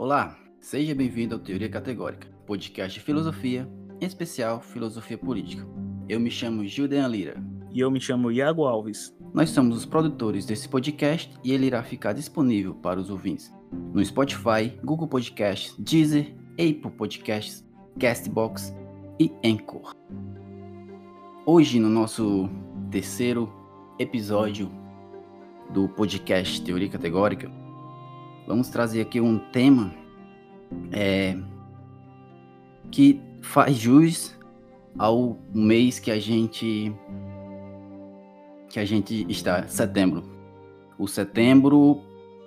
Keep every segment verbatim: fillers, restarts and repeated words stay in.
Olá, seja bem-vindo ao Teoria Categórica, podcast de filosofia, em especial filosofia política. Eu me chamo Gildean Lira. E eu me chamo Iago Alves. Nós somos os produtores desse podcast e ele irá ficar disponível para os ouvintes no Spotify, Google Podcasts, Deezer, Apple Podcasts, Castbox e Anchor. Hoje, no nosso terceiro episódio do podcast Teoria Categórica, vamos trazer aqui um tema é, que faz jus ao mês que a gente que a gente está, setembro. O setembro,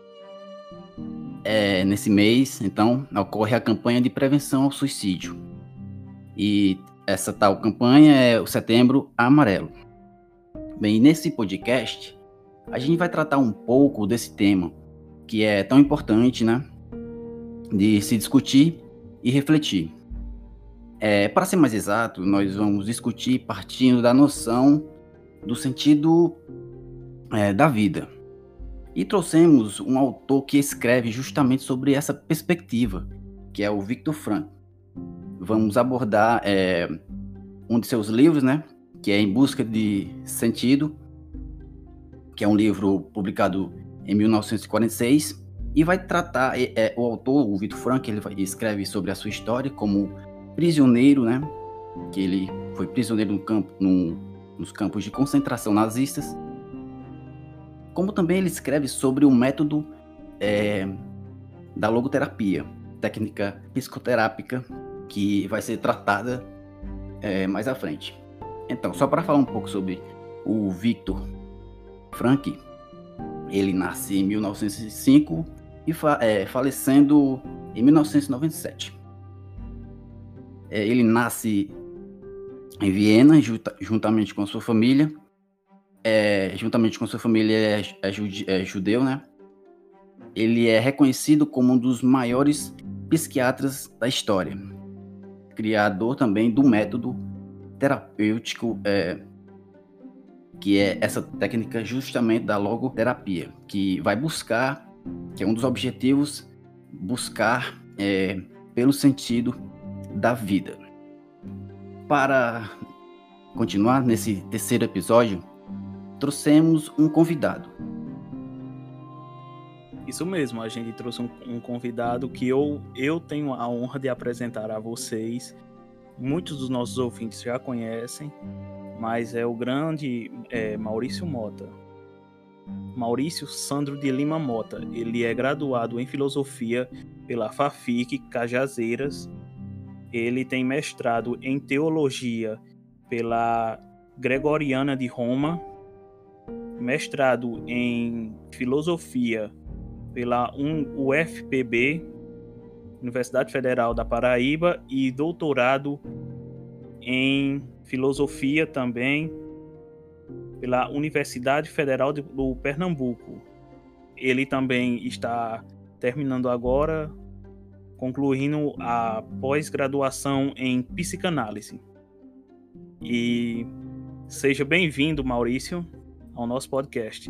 é, nesse mês, então, ocorre a campanha de prevenção ao suicídio. E essa tal campanha é o Setembro Amarelo. Bem, nesse podcast, a gente vai tratar um pouco desse tema, que é tão importante, né, de se discutir e refletir. É, para ser mais exato, nós vamos discutir partindo da noção do sentido é, da vida. E trouxemos um autor que escreve justamente sobre essa perspectiva, que é o Viktor Frankl. Vamos abordar é, um de seus livros, né, que é Em Busca de Sentido, que é um livro publicado em mil novecentos e quarenta e seis, e vai tratar, é, é, o autor, o Viktor Frankl, ele vai, escreve sobre a sua história como prisioneiro, né, que ele foi prisioneiro no campo, num, nos campos de concentração nazistas, como também ele escreve sobre o método é, da logoterapia, técnica psicoterápica, que vai ser tratada é, mais à frente. Então, só para falar um pouco sobre o Viktor Frankl, ele nasce em mil novecentos e cinco e fa- é, falecendo em mil novecentos e noventa e sete. É, ele nasce em Viena, junta, juntamente com a sua família. É, juntamente com sua família, é, é, jude, é judeu, né? Ele é reconhecido como um dos maiores psiquiatras da história, criador também do método terapêutico, é, que é essa técnica justamente da logoterapia, que vai buscar, que é um dos objetivos, buscar é, pelo sentido da vida. Para continuar nesse terceiro episódio, trouxemos um convidado. Isso mesmo, a gente trouxe um, um convidado que eu, eu tenho a honra de apresentar a vocês. Muitos dos nossos ouvintes já conhecem, mas é o grande é, Maurício Mota. Maurício Sandro de Lima Mota. Ele é graduado em Filosofia pela FAFIC Cajazeiras. Ele tem mestrado em Teologia pela Gregoriana de Roma, mestrado em Filosofia pela U F P B, Universidade Federal da Paraíba, e doutorado em Filosofia também pela Universidade Federal do Pernambuco. Ele também está terminando agora, concluindo a pós-graduação em psicanálise. E seja bem-vindo, Maurício, ao nosso podcast.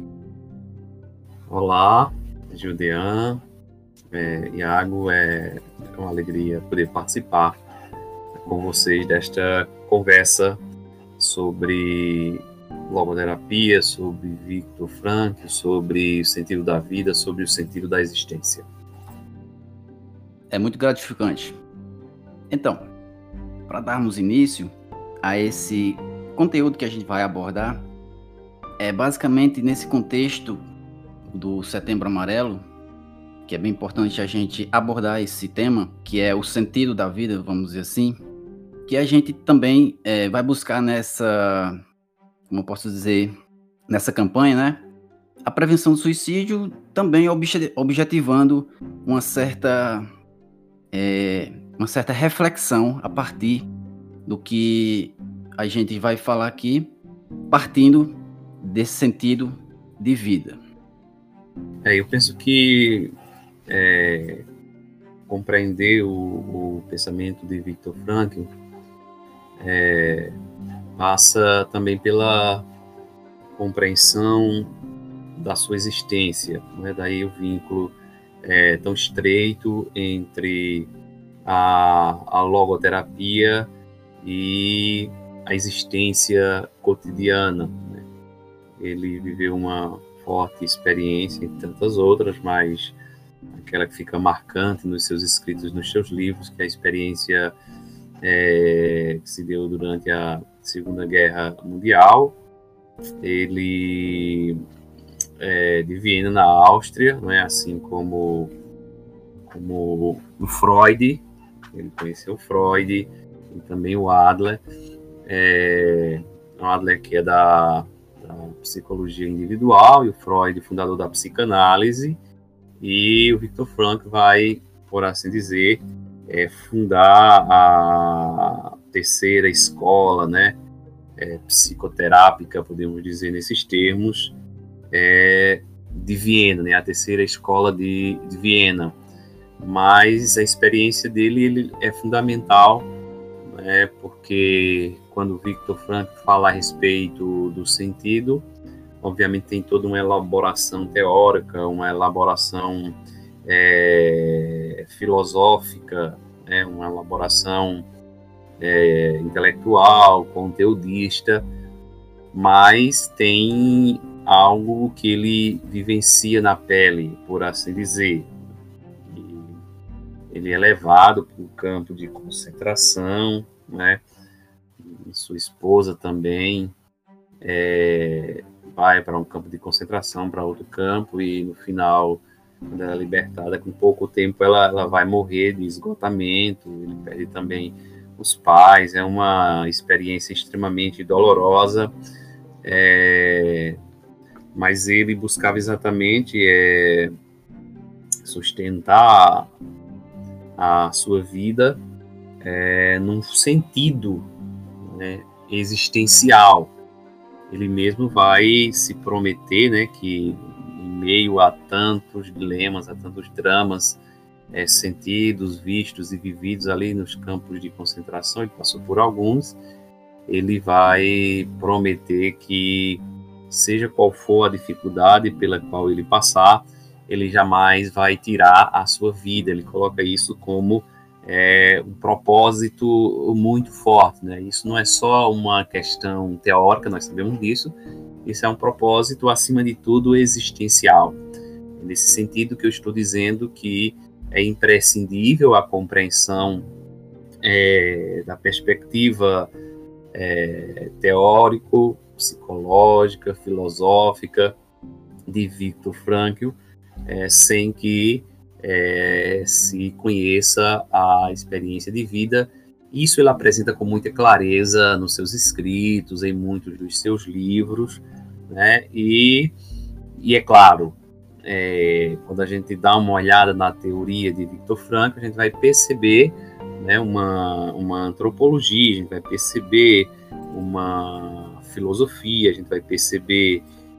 Olá, Gildean, é, Iago, é uma alegria poder participar com vocês desta conversa sobre logoterapia, sobre Viktor Frankl, sobre o sentido da vida, sobre o sentido da existência. É muito gratificante. Então, para darmos início a esse conteúdo que a gente vai abordar, é basicamente nesse contexto do Setembro Amarelo, que é bem importante a gente abordar esse tema, que é o sentido da vida, vamos dizer assim, que a gente também é, vai buscar nessa, como eu posso dizer, nessa campanha, né? A prevenção do suicídio, também obje- objetivando uma certa, é, uma certa reflexão a partir do que a gente vai falar aqui, partindo desse sentido de vida. É, eu penso que é, compreender o, o pensamento de Viktor Frankl é, passa também pela compreensão da sua existência, não é? Daí o vínculo é, tão estreito entre a, a logoterapia e a existência cotidiana, né? Ele viveu uma forte experiência, entre tantas outras, mas aquela que fica marcante nos seus escritos, nos seus livros, que é a experiência é, que se deu durante a Segunda Guerra Mundial. Ele é de Viena, na Áustria, não é? Assim como, como o Freud, ele conheceu o Freud e também o Adler, é, o Adler que é da, da psicologia individual e o Freud, fundador da psicanálise, e o Viktor Frankl vai, por assim dizer, é, fundar a terceira escola, né, é, psicoterápica, podemos dizer nesses termos, é, de Viena, né, a terceira escola de, de Viena. Mas a experiência dele ele é fundamental, né, porque quando o Viktor Frankl fala a respeito do sentido, obviamente tem toda uma elaboração teórica, uma elaboração é, filosófica, né, uma elaboração é, intelectual, conteudista, mas tem algo que ele vivencia na pele, por assim dizer. Ele é levado para um campo de concentração, né? E sua esposa também é, vai para um campo de concentração, para outro campo, e no final, quando ela é libertada, com pouco tempo ela, ela vai morrer de esgotamento. Ele perde também os pais. É uma experiência extremamente dolorosa, é, mas ele buscava exatamente é, sustentar a sua vida é, num sentido, né, existencial. Ele mesmo vai se prometer, né, que em meio a tantos dilemas, a tantos dramas é, sentidos, vistos e vividos ali nos campos de concentração, ele passou por alguns, ele vai prometer que, seja qual for a dificuldade pela qual ele passar, ele jamais vai tirar a sua vida. Ele coloca isso como é, um propósito muito forte, né? Isso não é só uma questão teórica, nós sabemos disso, isso é um propósito, acima de tudo, existencial. É nesse sentido que eu estou dizendo que é imprescindível a compreensão é, da perspectiva é, teórico, psicológica, filosófica de Viktor Frankl, É, sem que é, se conheça a experiência de vida. Isso ele apresenta com muita clareza nos seus escritos, em muitos dos seus livros, né? E, e é claro, é, quando a gente dá uma olhada na teoria de Viktor Frankl, a gente vai perceber, né, uma, uma antropologia, a gente vai perceber uma filosofia, a gente vai perceber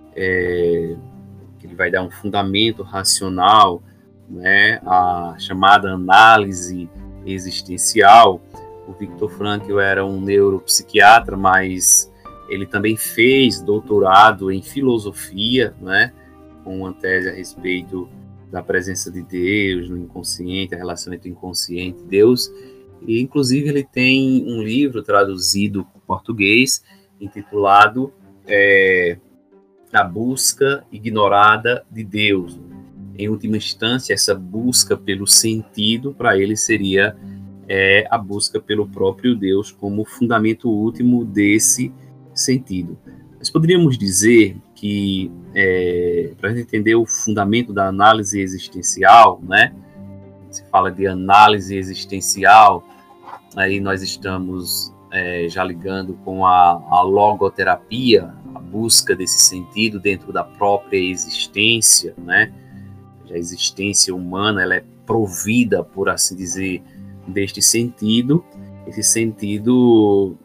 é, ele vai dar um fundamento racional, né, a chamada análise existencial. O Viktor Frankl era um neuropsiquiatra, mas ele também fez doutorado em filosofia, né, com uma tese a respeito da presença de Deus no inconsciente, a relação entre o inconsciente e Deus. E, inclusive, ele tem um livro traduzido para o português, intitulado é, A Busca Ignorada de Deus. Em última instância, essa busca pelo sentido, para ele, seria é, a busca pelo próprio Deus como fundamento último desse sentido. Nós poderíamos dizer que, é, para a gente entender o fundamento da análise existencial, né, se fala de análise existencial, aí nós estamos é, já ligando com a, a logoterapia, a busca desse sentido dentro da própria existência, né? A existência humana, ela é provida, por assim dizer, deste sentido. Esse sentido,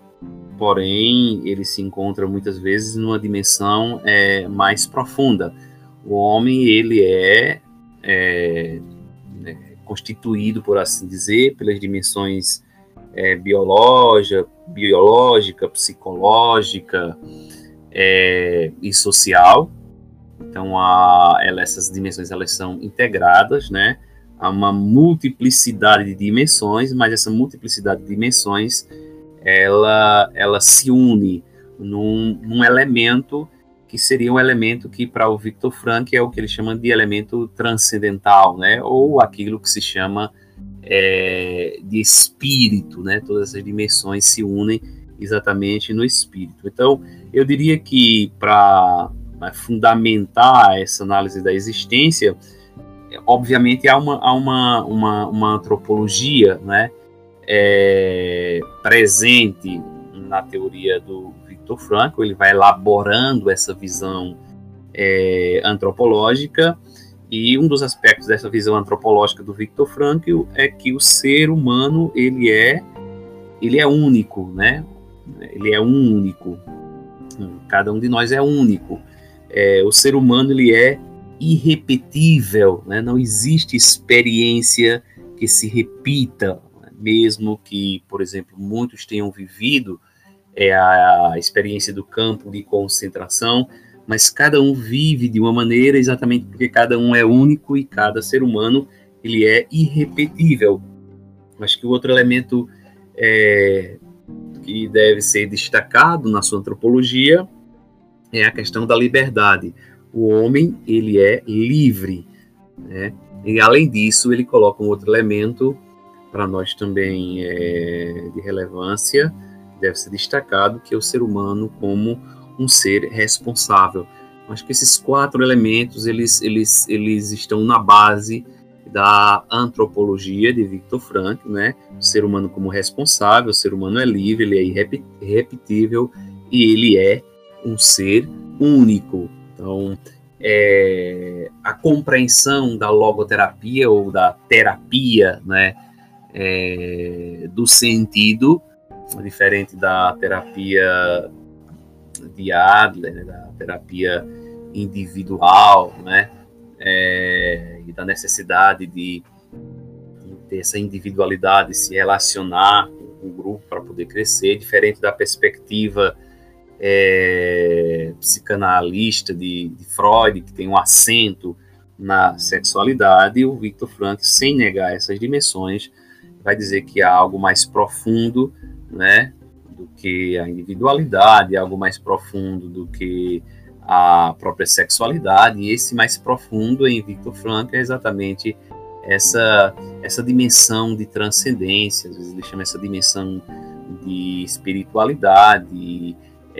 porém, ele se encontra muitas vezes numa dimensão é, mais profunda. O homem, ele é, é, é constituído, por assim dizer, pelas dimensões é, biológica, biológica, psicológica é, e social. Então, a, ela, essas dimensões elas são integradas, né? Há uma multiplicidade de dimensões, mas essa multiplicidade de dimensões ela, ela se une num, num elemento que seria um elemento que, para o Viktor Frankl, é o que ele chama de elemento transcendental, né? Ou aquilo que se chama é, de espírito, né? Todas essas dimensões se unem exatamente no espírito. Então, eu diria que para fundamentar essa análise da existência, obviamente há uma, há uma, uma, uma antropologia, né? É, presente na teoria do Viktor Frankl. Ele vai elaborando essa visão é, antropológica, e um dos aspectos dessa visão antropológica do Viktor Frankl é que o ser humano ele é, ele é único, né? Ele é único, cada um de nós é único. É, o ser humano ele é irrepetível, né? Não existe experiência que se repita, mesmo que, por exemplo, muitos tenham vivido é, a, a experiência do campo de concentração, mas cada um vive de uma maneira exatamente porque cada um é único e cada ser humano ele é irrepetível. Acho que o outro elemento é, que deve ser destacado na sua antropologia é a questão da liberdade. O homem ele é livre, né? E além disso ele coloca um outro elemento para nós também é, de relevância, deve ser destacado, que é o ser humano como um ser responsável. Acho que esses quatro elementos, eles, eles, eles estão na base da antropologia de Viktor Frankl, né? O ser humano como responsável, o ser humano é livre, ele é irrepetível e ele é um ser único. Então, é, a compreensão da logoterapia ou da terapia, né? É, do sentido, diferente da terapia de Adler, né, da terapia individual, né, é, e da necessidade de, de ter essa individualidade, se relacionar com o grupo para poder crescer, diferente da perspectiva é, psicanalista de, de Freud, que tem um acento na sexualidade. O Viktor Frankl, sem negar essas dimensões, vai dizer que há algo mais profundo, né, do que a individualidade, algo mais profundo do que a própria sexualidade, e esse mais profundo em Viktor Frankl é exatamente essa, essa dimensão de transcendência. Às vezes ele chama essa dimensão de espiritualidade,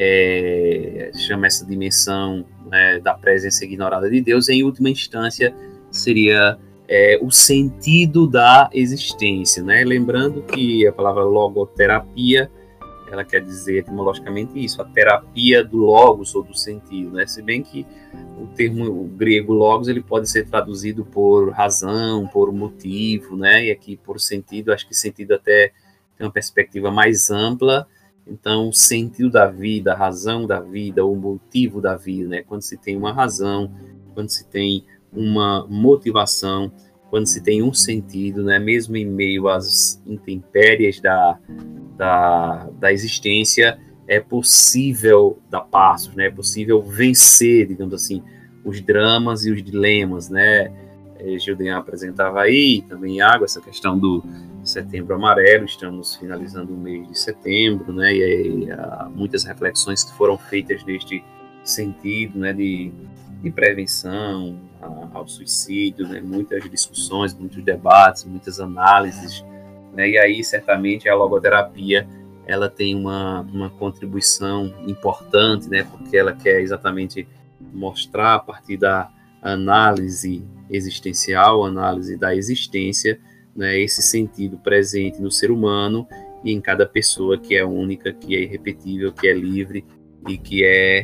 é, chama essa dimensão é, da presença ignorada de Deus. Em última instância seria É, o sentido da existência, né? Lembrando que a palavra logoterapia, ela quer dizer etimologicamente isso, a terapia do logos ou do sentido, né? Se bem que o termo o grego logos ele pode ser traduzido por razão, por motivo, né? E aqui por sentido, acho que sentido até tem uma perspectiva mais ampla. Então, o sentido da vida, a razão da vida, o motivo da vida, né? Quando se tem uma razão, quando se tem uma motivação, quando se tem um sentido, né, mesmo em meio às intempéries da, da, da existência, é possível dar passos, né, é possível vencer, digamos assim, os dramas e os dilemas, né. Gilden apresentava aí, também Iago, essa questão do Setembro Amarelo. Estamos finalizando o mês de setembro, né, e aí, há muitas reflexões que foram feitas neste sentido, né, de de prevenção ao suicídio, né? Muitas discussões, muitos debates, muitas análises, né? E aí certamente a logoterapia ela tem uma, uma contribuição importante, né? Porque ela quer exatamente mostrar, a partir da análise existencial, análise da existência, né? Esse sentido presente no ser humano e em cada pessoa, que é única, que é irrepetível, que é livre e que é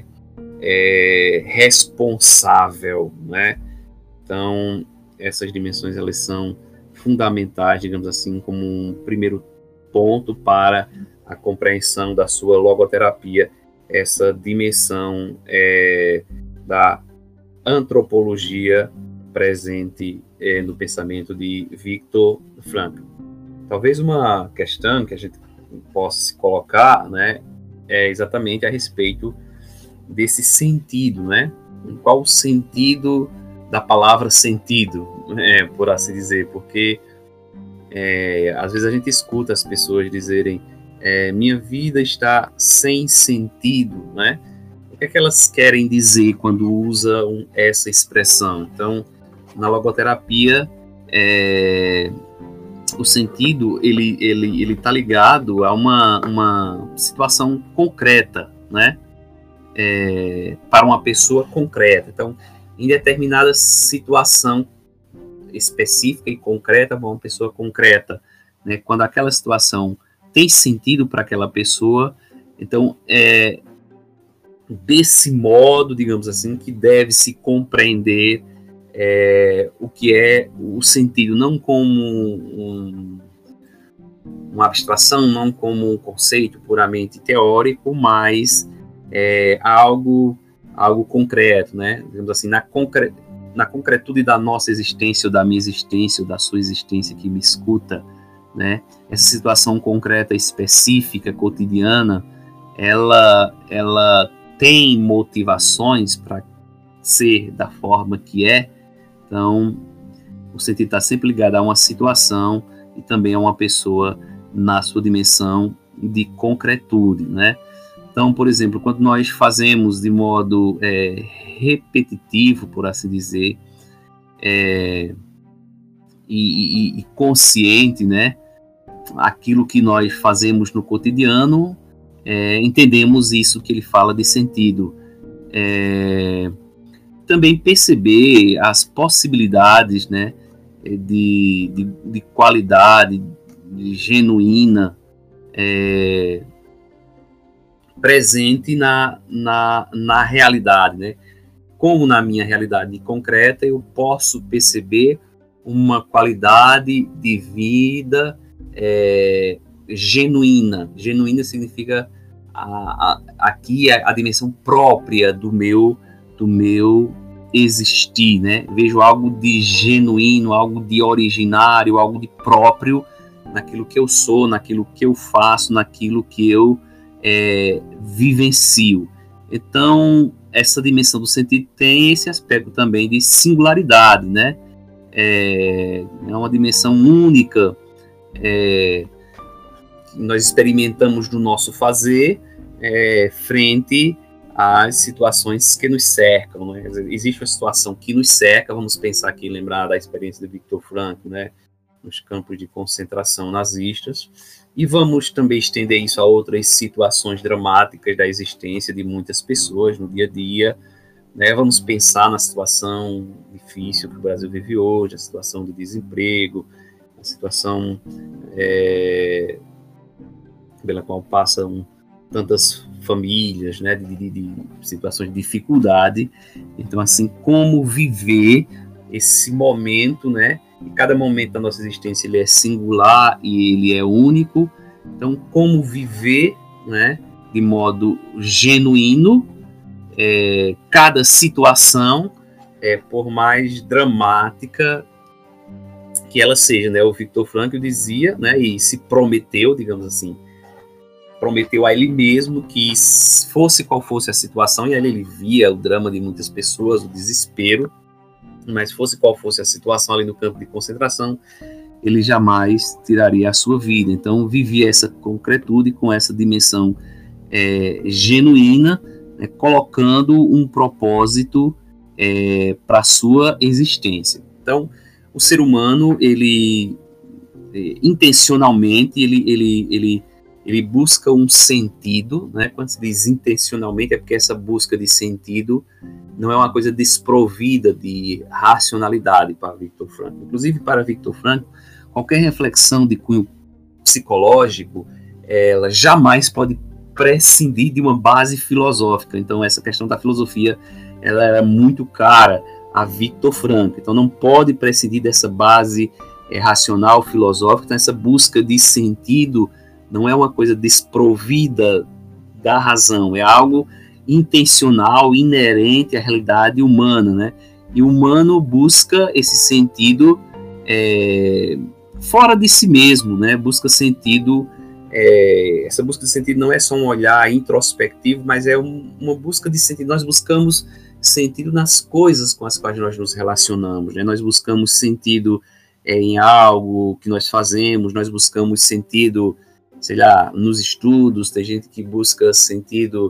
É, responsável, né? Então, essas dimensões elas são fundamentais, digamos assim, como um primeiro ponto para a compreensão da sua logoterapia, essa dimensão é, da antropologia presente é, no pensamento de Viktor Frankl. Talvez uma questão que a gente possa se colocar, né, é exatamente a respeito desse sentido, né? qual o sentido da palavra sentido, é, por assim dizer, porque é, às vezes a gente escuta as pessoas dizerem é, minha vida está sem sentido, né? O que é que elas querem dizer quando usam essa expressão? Então, na logoterapia, é, o sentido ele ele ele está ligado a uma, uma situação concreta, né? É, para uma pessoa concreta. Então, em determinada situação específica e concreta para uma pessoa concreta, né? Quando aquela situação tem sentido para aquela pessoa, então é desse modo, digamos assim, que deve se compreender é, o que é o sentido, não como um, uma abstração, não como um conceito puramente teórico, mas é, algo, algo concreto, né? Digamos assim, na, concre na concretude da nossa existência, ou da minha existência, ou da sua existência que me escuta, né? Essa situação concreta, específica, cotidiana, ela, ela tem motivações para ser da forma que é. Então, o sentido está sempre ligado a uma situação e também a uma pessoa na sua dimensão de concretude, né? Então, por exemplo, quando nós fazemos de modo é, repetitivo, por assim dizer, é, e, e, e consciente, né, aquilo que nós fazemos no cotidiano, é, entendemos isso que ele fala de sentido. É, também perceber as possibilidades, né, de, de, de qualidade, de genuína, é, presente na, na, na realidade, né? Como na minha realidade concreta eu posso perceber uma qualidade de vida é, genuína. Genuína significa a, a, aqui a, a dimensão própria do meu, do meu existir, né? Vejo algo de genuíno, algo de originário, algo de próprio naquilo que eu sou, naquilo que eu faço, naquilo que eu é, vivencio. Então, essa dimensão do sentido tem esse aspecto também de singularidade, né? É, é uma dimensão única, é, que nós experimentamos do nosso fazer é, frente às situações que nos cercam, né? Existe uma situação que nos cerca, vamos pensar aqui, lembrar da experiência de Viktor Frankl, né? Nos campos de concentração nazistas, e vamos também estender isso a outras situações dramáticas da existência de muitas pessoas no dia a dia, né? Vamos pensar na situação difícil que o Brasil vive hoje, a situação do desemprego, a situação é, pela qual passam tantas famílias, né? de, de, de situações de dificuldade. Então, assim, como viver esse momento, né? E cada momento da nossa existência ele é singular e ele é único. Então, como viver, né, de modo genuíno é, cada situação, é, por mais dramática que ela seja, né? O Viktor Frankl dizia, né, e se prometeu, digamos assim, prometeu a ele mesmo que fosse qual fosse a situação, e aí ele via o drama de muitas pessoas, o desespero, mas fosse qual fosse a situação ali no campo de concentração, ele jamais tiraria a sua vida. Então, vivia essa concretude com essa dimensão é, genuína, né, colocando um propósito é, para a sua existência. Então, o ser humano, ele, é, intencionalmente, ele, ele, ele, ele busca um sentido, né? Quando se diz intencionalmente, é porque essa busca de sentido não é uma coisa desprovida de racionalidade para Viktor Frankl. Inclusive, para Viktor Frankl, qualquer reflexão de cunho psicológico, ela jamais pode prescindir de uma base filosófica. Então, essa questão da filosofia, ela era muito cara a Viktor Frankl. Então, não pode prescindir dessa base é, racional, filosófica. Então, essa busca de sentido não é uma coisa desprovida da razão, é algo intencional, inerente à realidade humana, né? E o humano busca esse sentido é, fora de si mesmo, né? Busca sentido, é, essa busca de sentido não é só um olhar introspectivo, mas é um, uma busca de sentido. Nós buscamos sentido nas coisas com as quais nós nos relacionamos, né? Nós buscamos sentido é, em algo que nós fazemos, nós buscamos sentido, sei lá, nos estudos, tem gente que busca sentido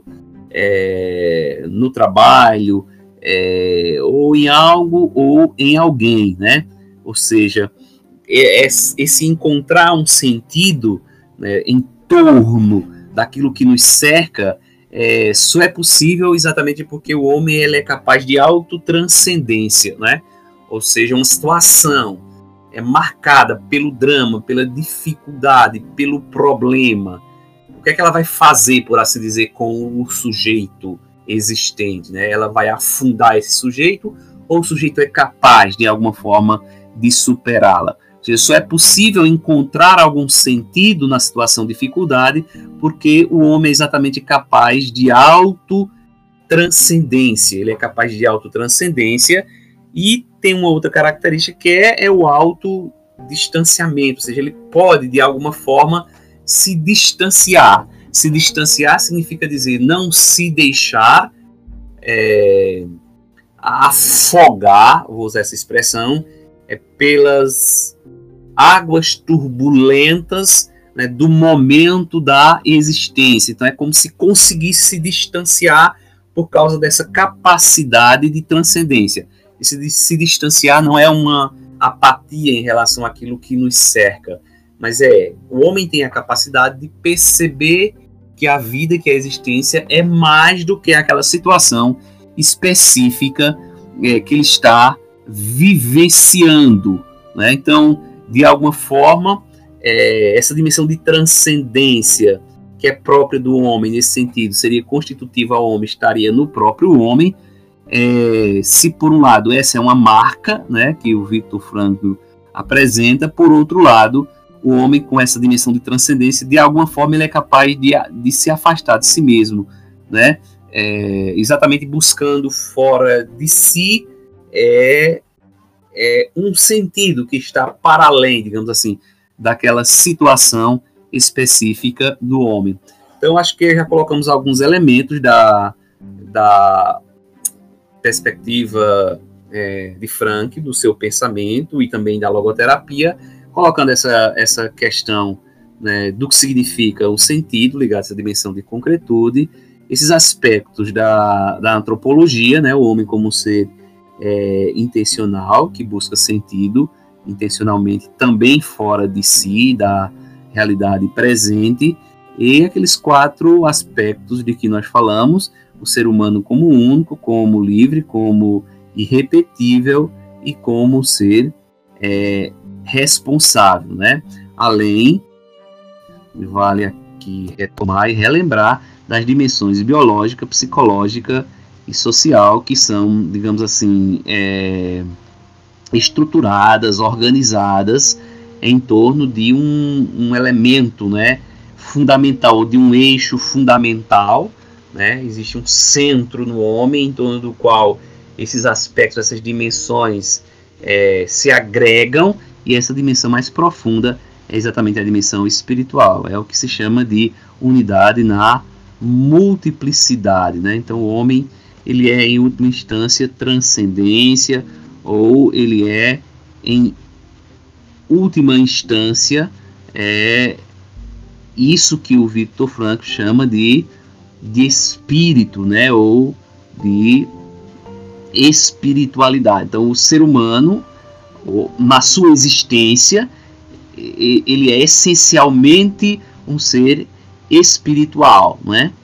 é, no trabalho, é, ou em algo, ou em alguém, né? Ou seja, é, é, esse encontrar um sentido, né, em torno daquilo que nos cerca, é, só é possível exatamente porque o homem ele é capaz de autotranscendência, né? Ou seja, uma situação é marcada pelo drama, pela dificuldade, pelo problema. O que é que ela vai fazer, por assim dizer, com o sujeito existente, né? Ela vai afundar esse sujeito, ou o sujeito é capaz, de alguma forma, de superá-la? Ou seja, só é possível encontrar algum sentido na situação de dificuldade porque o homem é exatamente capaz de autotranscendência. Ele é capaz de autotranscendência e tem uma outra característica que é, é o autodistanciamento, ou seja, ele pode, de alguma forma, se distanciar. Se distanciar significa dizer não se deixar é, afogar, vou usar essa expressão, é, pelas águas turbulentas, né, do momento da existência. Então é como se conseguisse se distanciar por causa dessa capacidade de transcendência. E se, se distanciar não é uma apatia em relação àquilo que nos cerca, mas é, o homem tem a capacidade de perceber que a vida, que a existência é mais do que aquela situação específica é, que ele está vivenciando, né? Então, de alguma forma, é, essa dimensão de transcendência que é própria do homem, nesse sentido, seria constitutiva ao homem, estaria no próprio homem. É, se por um lado essa é uma marca, né, que o Viktor Frankl apresenta, por outro lado, o homem com essa dimensão de transcendência, de alguma forma ele é capaz de, de se afastar de si mesmo, né? É, exatamente buscando fora de si é, é um sentido que está para além, digamos assim, daquela situação específica do homem. Então acho que já colocamos alguns elementos da, da perspectiva é, de Frankl, do seu pensamento e também da logoterapia, colocando essa, essa questão, né, do que significa o sentido ligado a essa dimensão de concretude, esses aspectos da, da antropologia, né, o homem como ser é, intencional, que busca sentido intencionalmente também fora de si, da realidade presente, e aqueles quatro aspectos de que nós falamos, o ser humano como único, como livre, como irrepetível e como ser é, responsável, né? Além, vale aqui retomar e relembrar das dimensões biológica, psicológica e social que são, digamos assim, é, estruturadas, organizadas em torno de um, um elemento, né, fundamental, de um eixo fundamental, né? Existe um centro no homem em torno do qual esses aspectos, essas dimensões é, se agregam, e essa dimensão mais profunda é exatamente a dimensão espiritual, é o que se chama de unidade na multiplicidade, né? Então o homem, ele é em última instância transcendência, ou ele é em última instância é isso que o Viktor Frankl chama de, de espírito, né? Ou de espiritualidade. Então o ser humano, na sua existência, ele é essencialmente um ser espiritual, não é?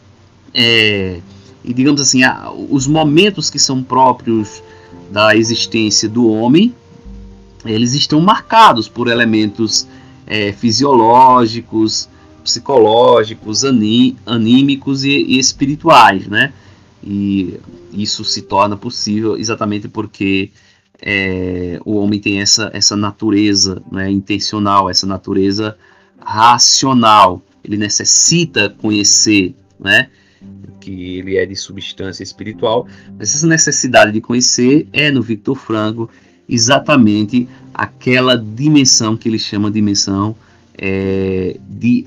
É, e digamos assim, os momentos que são próprios da existência do homem, eles estão marcados por elementos é, fisiológicos, psicológicos, aní, anímicos e, e espirituais, né? E isso se torna possível exatamente porque é, o homem tem essa, essa natureza, né, intencional, essa natureza racional. Ele necessita conhecer, né, que ele é de substância espiritual, mas essa necessidade de conhecer é, no Viktor Frankl, exatamente aquela dimensão que ele chama de dimensão é, de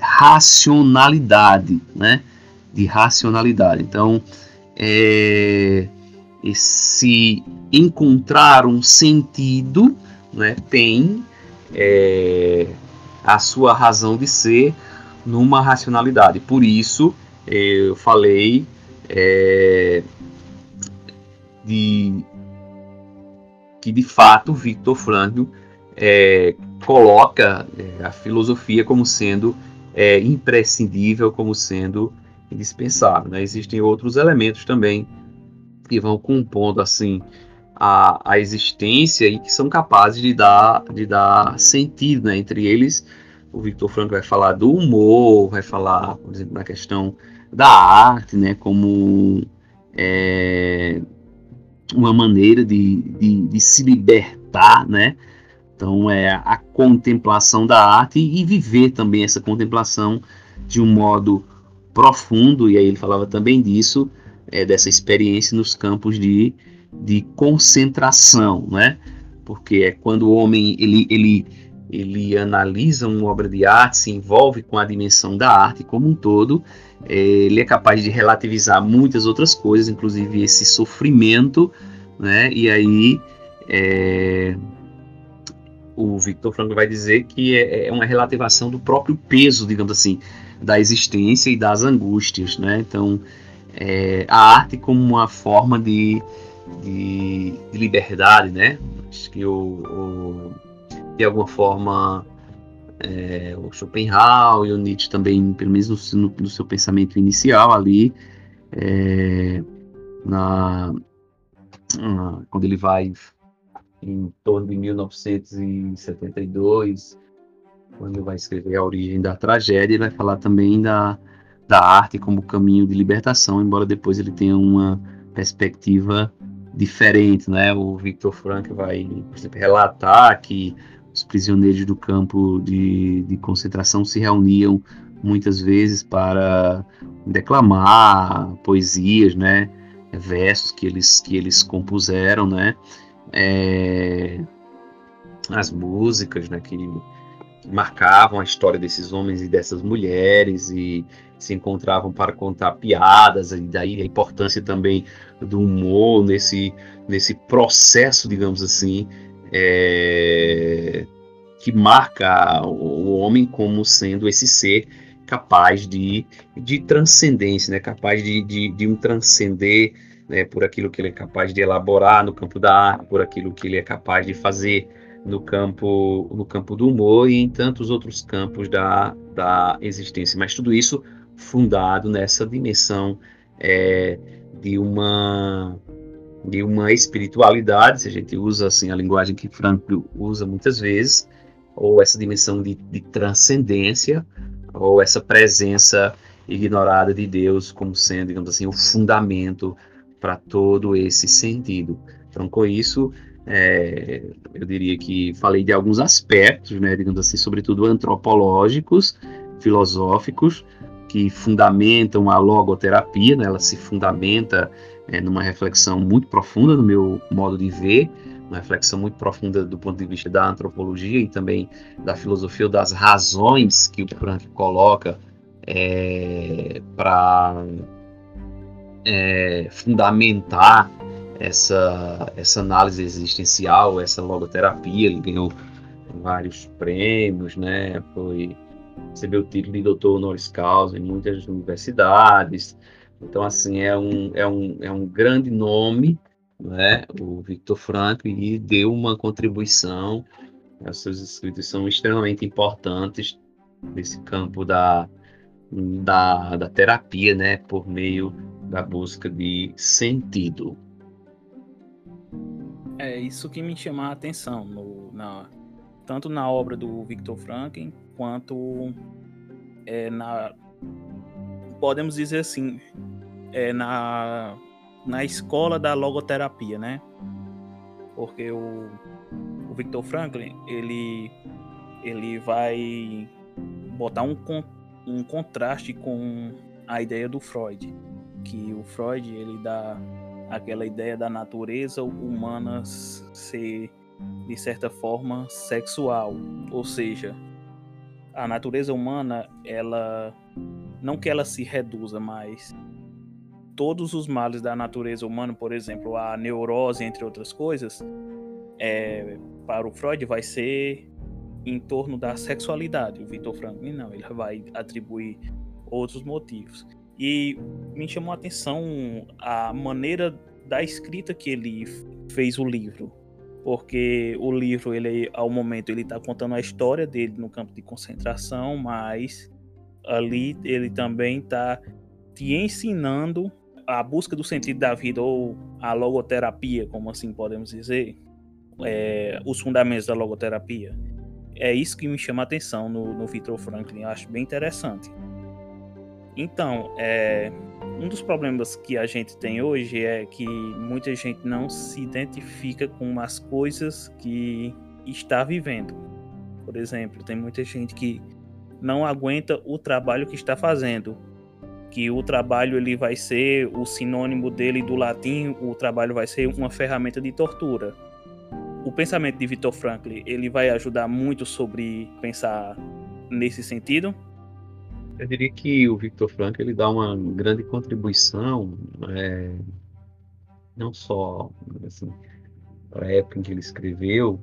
racionalidade, né, de racionalidade. Então, é, esse encontrar um sentido, né, tem é, a sua razão de ser numa racionalidade. Por isso eu falei é, de que de fato Viktor Frankl é, coloca é, a filosofia como sendo é, imprescindível, como sendo indispensável, né? Existem outros elementos também que vão compondo assim a, a existência e que são capazes de dar, de dar sentido, né? Entre eles, o Viktor Frankl vai falar do humor, vai falar, por exemplo, na questão da arte, né? Como é, uma maneira de, de, de se libertar, né? Então é a contemplação da arte e viver também essa contemplação de um modo profundo, e aí ele falava também disso, é, dessa experiência nos campos de, de concentração, né? Porque é quando o homem ele, ele, ele analisa uma obra de arte, se envolve com a dimensão da arte como um todo, é, ele é capaz de relativizar muitas outras coisas, inclusive esse sofrimento, né? E aí é, o Viktor Frankl vai dizer que é, é uma relativação do próprio peso, digamos assim, da existência e das angústias, né? Então, é, a arte como uma forma de, de, de liberdade, né? Acho que o, o, de alguma forma é, o Schopenhauer e o Nietzsche também, pelo menos no, no seu pensamento inicial ali, é, na, na, quando ele vai em torno de mil novecentos e setenta e dois, quando vai escrever A Origem da Tragédia, ele vai falar também da, da arte como caminho de libertação, embora depois ele tenha uma perspectiva diferente, né? O Viktor Frankl vai, por exemplo, relatar que os prisioneiros do campo de, de concentração se reuniam muitas vezes para declamar poesias, né? Versos que eles, que eles compuseram, né? É, as músicas, né, que, que marcavam a história desses homens e dessas mulheres e se encontravam para contar piadas, e daí a importância também do humor nesse, nesse processo, digamos assim, é, que marca o homem como sendo esse ser capaz de, de transcendência, né, capaz de, de, de um transcender, né, por aquilo que ele é capaz de elaborar no campo da arte, por aquilo que ele é capaz de fazer no campo, no campo do humor e em tantos outros campos da, da existência. Mas tudo isso fundado nessa dimensão é, de uma de uma espiritualidade, se a gente usa assim a linguagem que Frankl usa muitas vezes, ou essa dimensão de, de transcendência, ou essa presença ignorada de Deus como sendo, digamos assim, o fundamento para todo esse sentido. Então, com isso, é, eu diria que falei de alguns aspectos, né, digamos assim, sobretudo antropológicos, filosóficos, que fundamentam a logoterapia, né, ela se fundamenta é, numa reflexão muito profunda no meu modo de ver, uma reflexão muito profunda do ponto de vista da antropologia e também da filosofia ou das razões que o Frankl coloca é, para é, fundamentar essa, essa análise existencial, essa logoterapia. Ele ganhou vários prêmios, né? Foi, recebeu o título de doutor honoris causa em muitas universidades. Então, assim, é um, é um, é um grande nome, né? O Viktor Frankl, e deu uma contribuição. Os seus escritos são extremamente importantes nesse campo da, da, da terapia, né? Por meio da busca de sentido. É isso que me chama a atenção, no, na, tanto na obra do Viktor Frankl, quanto é, na, podemos dizer assim, é, na, na escola da logoterapia, né? Porque o, o Viktor Frankl, ele, ele vai botar um, um contraste com a ideia do Freud, que o Freud, ele dá aquela ideia da natureza humana ser, de certa forma, sexual. Ou seja, a natureza humana, ela não que ela se reduza, mas todos os males da natureza humana, por exemplo, a neurose, entre outras coisas, é, para o Freud vai ser em torno da sexualidade. O Viktor Frankl não, ele vai atribuir outros motivos. E me chamou a atenção a maneira da escrita que ele fez o livro, porque o livro, ele, ao momento, ele está contando a história dele no campo de concentração, mas ali ele também está te ensinando a busca do sentido da vida, ou a logoterapia, como assim podemos dizer, é, os fundamentos da logoterapia. É isso que me chama a atenção no, no Viktor Frankl, eu acho bem interessante. Então, é, um dos problemas que a gente tem hoje é que muita gente não se identifica com as coisas que está vivendo. Por exemplo, tem muita gente que não aguenta o trabalho que está fazendo, que o trabalho ele vai ser o sinônimo dele do latim, o trabalho vai ser uma ferramenta de tortura. O pensamento de Viktor Frankl, ele vai ajudar muito sobre pensar nesse sentido? Eu diria que o Viktor Frankl ele dá uma grande contribuição, é, não só assim, para a época em que ele escreveu,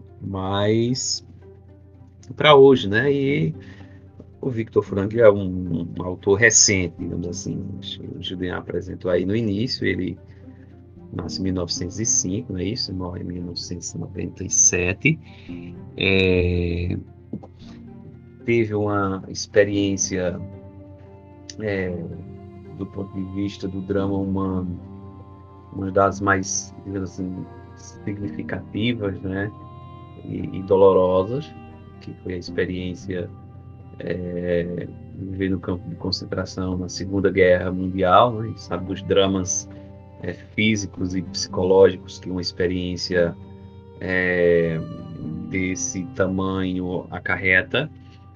mas para hoje, né? E o Viktor Frankl é um, um autor recente, digamos assim. O Julian apresentou aí no início, ele nasce em mil novecentos e cinco, não é isso? Morre em mil novecentos e noventa e sete. É, teve uma experiência é, do ponto de vista do drama humano, uma das mais, digamos assim, significativas, né, e, e dolorosas, que foi a experiência é, de viver no campo de concentração na Segunda Guerra Mundial, né, a gente sabe dos dramas é, físicos e psicológicos que uma experiência é, desse tamanho acarreta.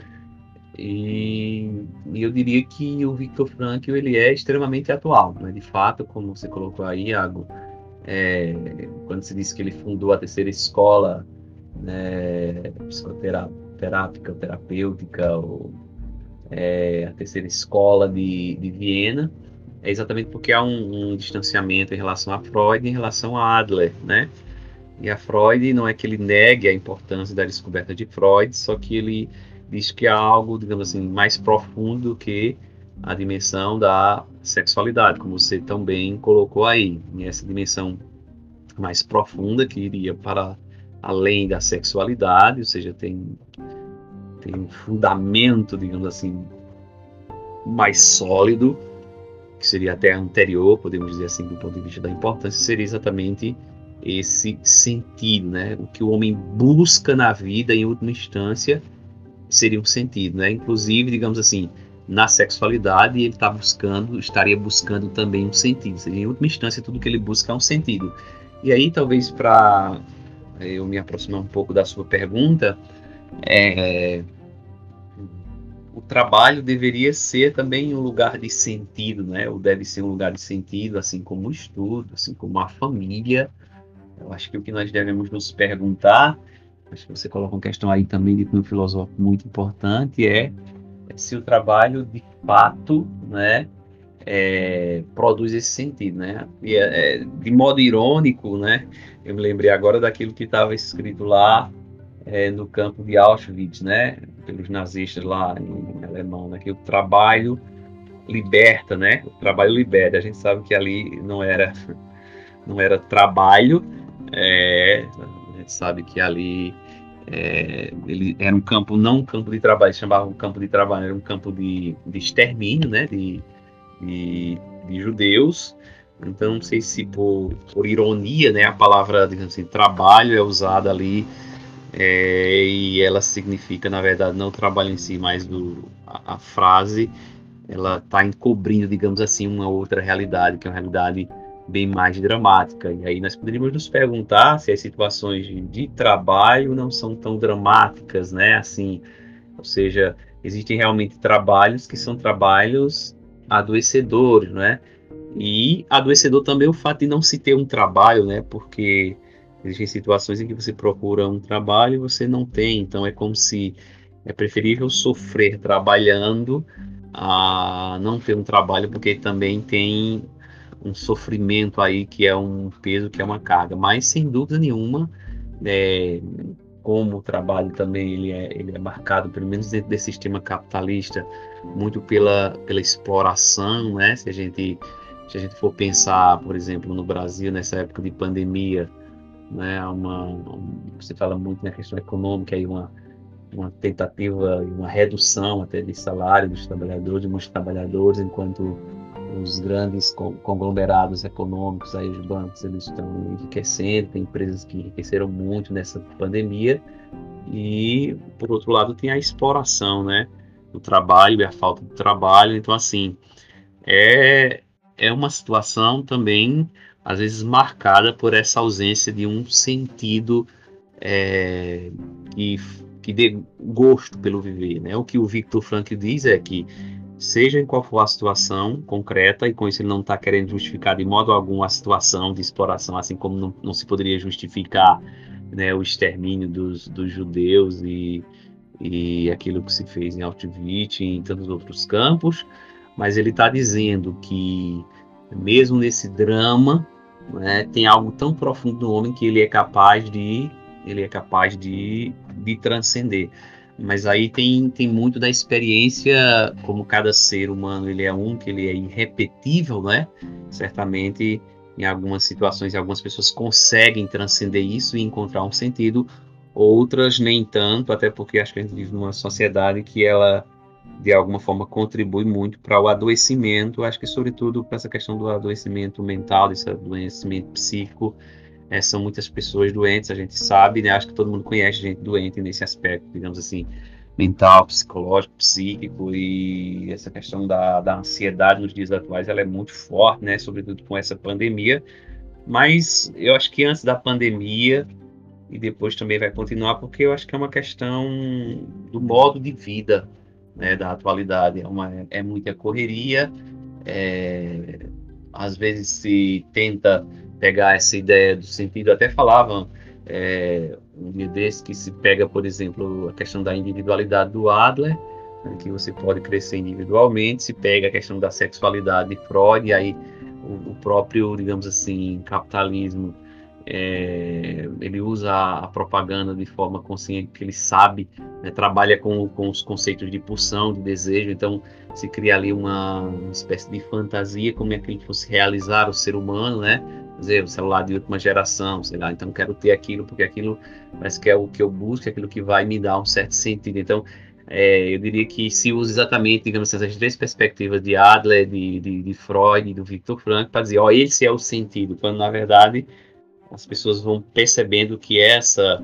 E, e eu diria que o Viktor Frankl ele é extremamente atual, né? De fato, como você colocou aí, Iago, é, quando se disse que ele fundou a terceira escola, né, psicoterápica, terapêutica, ou, é, a terceira escola de, de Viena, é exatamente porque há um, um distanciamento em relação a Freud e em relação a Adler, né? E a Freud não é que ele negue a importância da descoberta de Freud, só que ele diz que há algo, digamos assim, mais profundo que a dimensão da sexualidade, como você também colocou aí, e essa dimensão mais profunda que iria para além da sexualidade, ou seja, tem, tem um fundamento, digamos assim, mais sólido, que seria até anterior, podemos dizer assim, do ponto de vista da importância, seria exatamente esse sentido, né? O que o homem busca na vida, em última instância, seria um sentido, né? Inclusive, digamos assim, na sexualidade, ele está buscando, estaria buscando também um sentido. Seria, em última instância, tudo que ele busca é um sentido. E aí, talvez, para eu me aproximar um pouco da sua pergunta, é, o trabalho deveria ser também um lugar de sentido, né? Ou deve ser um lugar de sentido, assim como o estudo, assim como a família. Eu acho que o que nós devemos nos perguntar, acho que você coloca uma questão aí também de um filosófico muito importante, é se o trabalho de fato, né, é, produz esse sentido, né? E é, é, de modo irônico, né? Eu me lembrei agora daquilo que estava escrito lá é, no campo de Auschwitz, né? Pelos nazistas lá em, em alemão, né? Que o trabalho liberta, né? O trabalho liberta. A gente sabe que ali não era não era trabalho. É, a gente sabe que ali é, ele era um campo, não um campo de trabalho, se chamava um campo de trabalho, era um campo de, de extermínio, né, de, de, de judeus. Então, não sei se por, por ironia, né, a palavra, digamos assim, trabalho é usada ali é, e ela significa, na verdade, não o trabalho em si, mas do, a, a frase, ela está encobrindo, digamos assim, uma outra realidade, que é uma realidade bem mais dramática. E aí nós poderíamos nos perguntar se as situações de, de trabalho não são tão dramáticas, né? Assim, ou seja, existem realmente trabalhos que são trabalhos adoecedores, né? E adoecedor também o fato de não se ter um trabalho, né? Porque existem situações em que você procura um trabalho e você não tem. Então é como se é preferível sofrer trabalhando a não ter um trabalho, porque também tem um sofrimento aí que é um peso, que é uma carga. Mas, sem dúvida nenhuma, é, como o trabalho também ele é, ele é marcado, pelo menos dentro desse sistema capitalista, muito pela, pela exploração, né? Se a gente, se a gente for pensar, por exemplo, no Brasil, nessa época de pandemia, né? Uma, um, você fala muito na questão econômica, aí uma, uma tentativa e uma redução até de salário dos trabalhadores, de muitos trabalhadores, enquanto os grandes conglomerados econômicos, aí os bancos, eles estão enriquecendo, tem empresas que enriqueceram muito nessa pandemia, e, por outro lado, tem a exploração, né, do trabalho e a falta de trabalho. Então, assim, é, é uma situação também, às vezes, marcada por essa ausência de um sentido é, que, que dê gosto pelo viver, né? O que o Viktor Frankl diz é que, seja em qual for a situação concreta, e com isso ele não está querendo justificar de modo algum a situação de exploração, assim como não, não se poderia justificar, né, o extermínio dos, dos judeus e, e aquilo que se fez em Auschwitz e em tantos outros campos, mas ele está dizendo que, mesmo nesse drama, né, tem algo tão profundo no homem que ele é capaz de, ele é capaz de, de transcender. Mas aí tem, tem muito da experiência, como cada ser humano ele é único, ele é irrepetível, né? Certamente, em algumas situações, algumas pessoas conseguem transcender isso e encontrar um sentido, outras nem tanto, até porque acho que a gente vive numa sociedade que ela, de alguma forma, contribui muito para o adoecimento, acho que sobretudo para essa questão do adoecimento mental, desse adoecimento psíquico. É, são muitas pessoas doentes, a gente sabe, né? Acho que todo mundo conhece gente doente nesse aspecto, digamos assim, mental, psicológico, psíquico, e essa questão da, da ansiedade nos dias atuais, ela é muito forte, né? Sobretudo com essa pandemia. Mas eu acho que antes da pandemia, e depois também vai continuar, porque eu acho que é uma questão do modo de vida, né, da atualidade. É, uma, é muita correria, é, às vezes se tenta pegar essa ideia do sentido, até falavam é, um dia desse que se pega, por exemplo, a questão da individualidade do Adler, né, que você pode crescer individualmente, se pega a questão da sexualidade de Freud, e aí o, o próprio, digamos assim, capitalismo, é, ele usa a, a propaganda de forma consciente, que ele sabe, né, trabalha com, com os conceitos de pulsão, de desejo, então se cria ali uma, uma espécie de fantasia, como é que ele fosse realizar o ser humano, né? Quer dizer, o celular de última geração, sei lá, então quero ter aquilo, porque aquilo parece que é o que eu busco, é aquilo que vai me dar um certo sentido. Então, é, eu diria que se usa exatamente, digamos assim, essas três perspectivas de Adler, de, de, de Freud e do Viktor Frankl, para dizer, ó, esse é o sentido, quando na verdade as pessoas vão percebendo que essa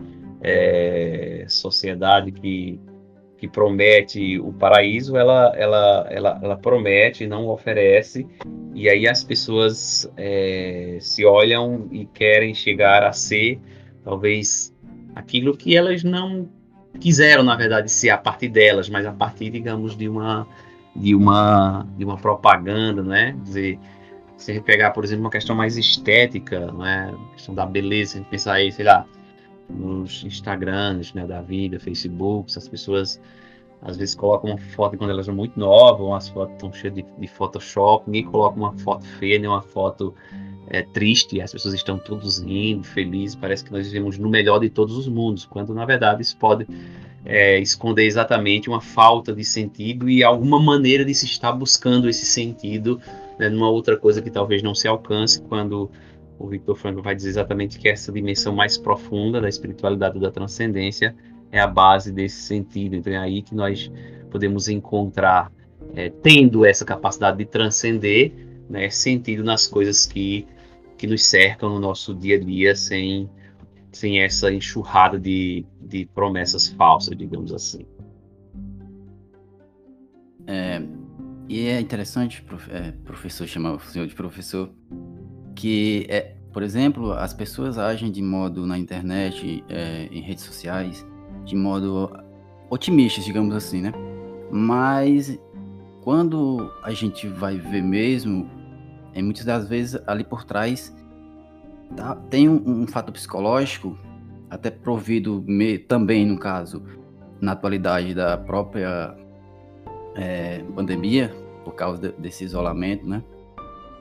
é, sociedade que que promete o paraíso, ela, ela, ela, ela promete, não oferece, e aí as pessoas é, se olham e querem chegar a ser, talvez, aquilo que elas não quiseram, na verdade, ser a partir delas, mas a partir, digamos, de uma, de uma, de uma propaganda, né? Quer dizer, se a gente pegar, por exemplo, uma questão mais estética, né? A questão da beleza, se a gente pensar aí, sei lá, nos Instagrams, né, da vida, Facebook, as pessoas às vezes colocam uma foto quando elas são muito novas, ou as fotos estão cheias de, de Photoshop, ninguém coloca uma foto feia, nem uma foto é, triste, as pessoas estão todos rindo, felizes, parece que nós vivemos no melhor de todos os mundos, quando na verdade isso pode é, esconder exatamente uma falta de sentido e alguma maneira de se estar buscando esse sentido, né, numa outra coisa que talvez não se alcance, quando o Viktor Frankl vai dizer exatamente que essa dimensão mais profunda da espiritualidade e da transcendência é a base desse sentido. Então é aí que nós podemos encontrar, é, tendo essa capacidade de transcender, né, sentido nas coisas que, que nos cercam no nosso dia a dia, sem, sem essa enxurrada de, de promessas falsas, digamos assim. É, e é interessante, prof, é, professor, chamar o senhor de professor, que, é, por exemplo, as pessoas agem de modo na internet, é, em redes sociais, de modo otimista, digamos assim, né? Mas quando a gente vai ver mesmo, é, muitas das vezes ali por trás tá, tem um, um fato psicológico, até provido me, também, no caso, na atualidade da própria é, pandemia, por causa de, desse isolamento, né?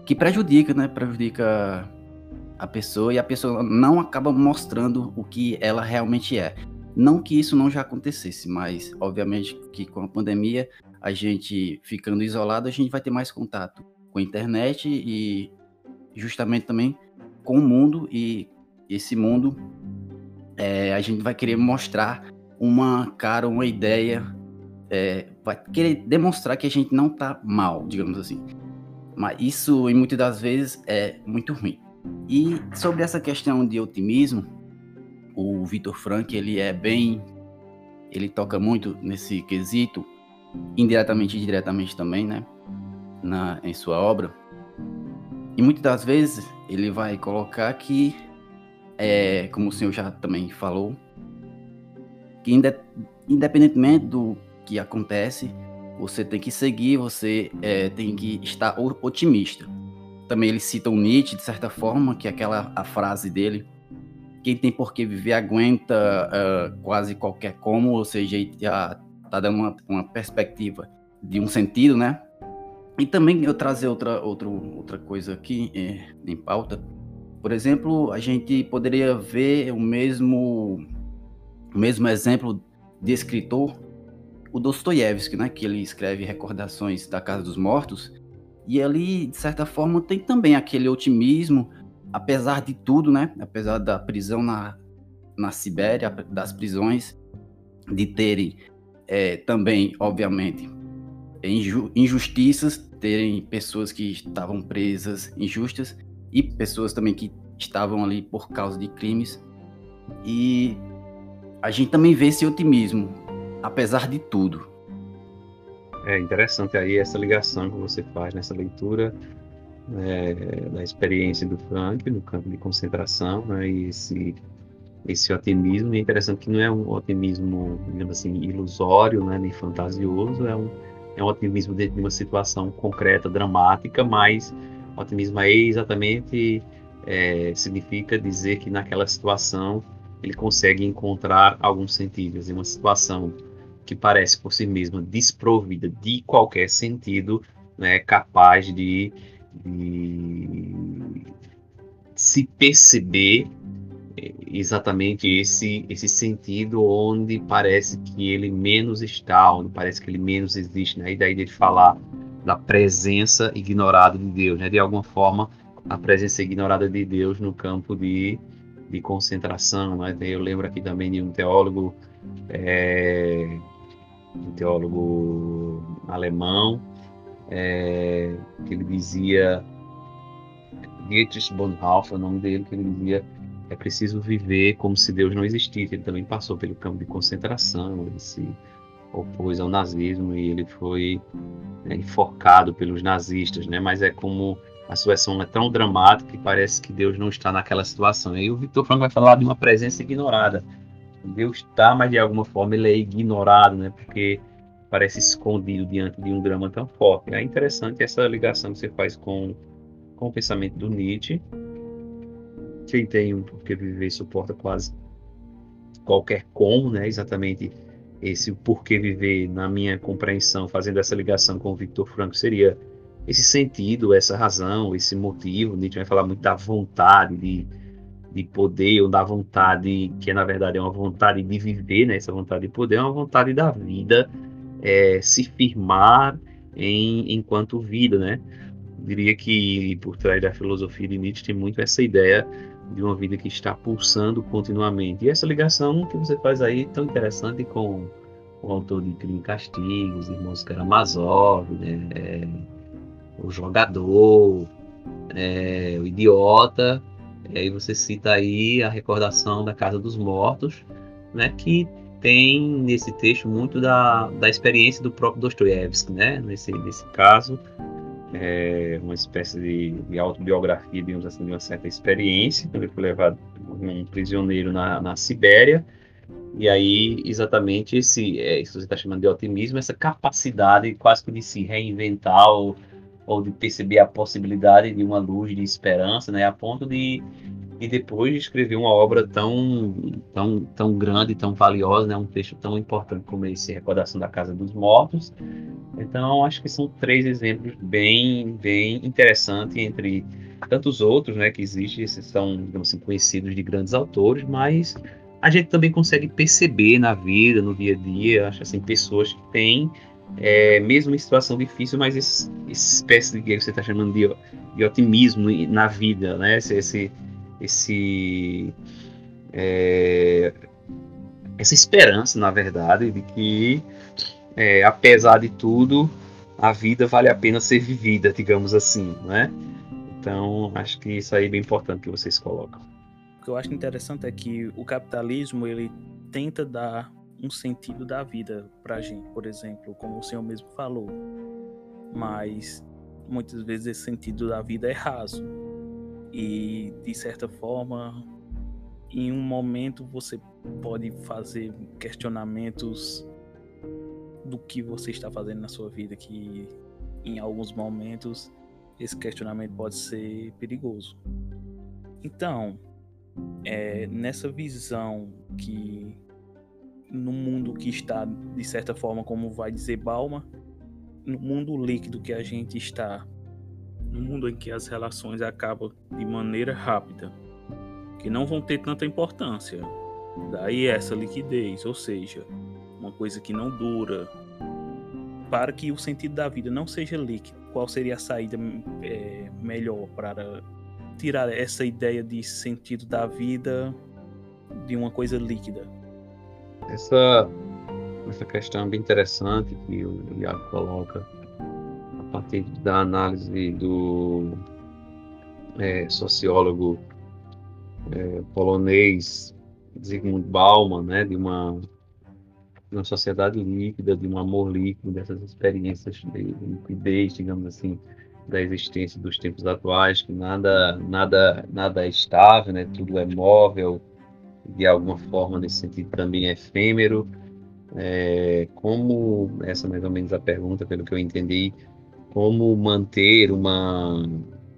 que prejudica, né? Prejudica a pessoa e a pessoa não acaba mostrando o que ela realmente é. Não que isso não já acontecesse, mas obviamente que com a pandemia, a gente ficando isolado, a gente vai ter mais contato com a internet e justamente também com o mundo, e esse mundo é, a gente vai querer mostrar uma cara, uma ideia, é, vai querer demonstrar que a gente não tá mal, digamos assim. Mas isso, e muitas das vezes, é muito ruim. E sobre essa questão de otimismo, o Viktor Frankl, ele é bem, ele toca muito nesse quesito, indiretamente e diretamente também, né, na, em sua obra. E muitas das vezes ele vai colocar que, é, como o senhor já também falou, que independentemente do que acontece, você tem que seguir, você é, tem que estar otimista. Também ele cita o Nietzsche, de certa forma, que é aquela a frase dele: quem tem por que viver aguenta uh, quase qualquer como, ou seja, ele já está dando uma, uma perspectiva de um sentido, né? E também eu trazer outra, outra, outra coisa aqui é, em pauta. Por exemplo, a gente poderia ver o mesmo, o mesmo exemplo de escritor, o Dostoiévski, né? Que ele escreve Recordações da Casa dos Mortos, e ali, de certa forma, tem também aquele otimismo, apesar de tudo, né? Apesar da prisão na, na Sibéria, das prisões, de terem é, também, obviamente, inju- injustiças, terem pessoas que estavam presas injustas e pessoas também que estavam ali por causa de crimes. E a gente também vê esse otimismo, apesar de tudo. É interessante aí essa ligação que você faz nessa leitura, né, da experiência do Frank no campo de concentração, né, e esse, esse otimismo. E é interessante que não é um otimismo, digamos assim, ilusório, né, nem fantasioso, é um, é um otimismo dentro de uma situação concreta, dramática, mas otimismo aí exatamente é, significa dizer que naquela situação ele consegue encontrar algum sentido, em uma situação que parece por si mesma desprovida de qualquer sentido, né, capaz de, de se perceber exatamente esse, esse sentido onde parece que ele menos está, onde parece que ele menos existe, né? E daí de falar da presença ignorada de Deus, né? De alguma forma, a presença ignorada de Deus no campo de, de concentração, né? Eu lembro aqui também de um teólogo é, um teólogo alemão, é, que ele dizia, Dietrich Bonhoeffer, é o nome dele, que ele dizia: é preciso viver como se Deus não existisse. Ele também passou pelo campo de concentração, ele se opôs ao nazismo e ele foi é, enforcado pelos nazistas, né? Mas é como a situação é tão dramática que parece que Deus não está naquela situação. E aí o Viktor Frankl vai falar de uma presença ignorada. Deus está, mas de alguma forma ele é ignorado, né? Porque parece escondido diante de um drama tão forte. É interessante essa ligação que você faz com, com o pensamento do Nietzsche. Quem tem um porquê viver suporta quase qualquer como, né? Exatamente esse o porquê viver, na minha compreensão, fazendo essa ligação com o Viktor Frankl, seria esse sentido, essa razão, esse motivo. Nietzsche vai falar muito da vontade de de poder, ou da vontade, que na verdade é uma vontade de viver, né? Essa vontade de poder é uma vontade da vida, é, se firmar em, enquanto vida, né? Eu diria que por trás da filosofia de Nietzsche tem muito essa ideia de uma vida que está pulsando continuamente. E essa ligação que você faz aí, tão interessante com o autor de Crime e Castigo, os irmãos Karamazov, né? É, o Jogador, é, o Idiota. E aí você cita aí a Recordação da Casa dos Mortos, né, que tem nesse texto muito da, da experiência do próprio Dostoiévski, né, nesse, nesse caso, é uma espécie de, de autobiografia, digamos assim, de uma certa experiência, quando ele foi levado um prisioneiro na, na Sibéria, e aí exatamente esse, é, isso que você está chamando de otimismo, essa capacidade quase que de se reinventar, ou ou de perceber a possibilidade de uma luz de esperança, né, a ponto de, de depois de escrever uma obra tão, tão, tão grande, tão valiosa, né, um texto tão importante como esse, Recordação da Casa dos Mortos, Então, acho que são três exemplos bem, bem interessantes entre tantos outros, né, que existem, esses são, digamos assim, conhecidos de grandes autores, mas a gente também consegue perceber na vida, no dia a dia, acho assim, pessoas que têm, é, mesmo em situação difícil, mas esse, essa espécie de que você está chamando de, de otimismo na vida, né, esse, esse, esse é, essa esperança, na verdade, de que é, apesar de tudo, a vida vale a pena ser vivida, digamos assim, né? Então, acho que isso aí é bem importante que vocês colocam. O que eu acho interessante é que o capitalismo, ele tenta dar um sentido da vida pra gente, por exemplo, como o senhor mesmo falou. Mas, muitas vezes, esse sentido da vida é raso. E, de certa forma, em um momento você pode fazer questionamentos do que você está fazendo na sua vida, que em alguns momentos esse questionamento pode ser perigoso. Então, é, nessa visão que no mundo que está, de certa forma, como vai dizer Bauman, no mundo líquido que a gente está, no mundo em que as relações acabam de maneira rápida, que não vão ter tanta importância, daí essa liquidez, ou seja, uma coisa que não dura. Para que o sentido da vida não seja líquido, qual seria a saída é, melhor para tirar essa ideia de sentido da vida de uma coisa líquida? Essa, essa questão é bem interessante que o Iago coloca a partir da análise do é, sociólogo é, polonês Zygmunt Bauman, né, de uma de uma sociedade líquida, de um amor líquido, dessas experiências de liquidez, digamos assim, da existência dos tempos atuais, que nada, nada, nada é estável, né? Tudo é móvel, de alguma forma, nesse sentido, também é efêmero. É, como, essa é mais ou menos a pergunta, pelo que eu entendi, como manter uma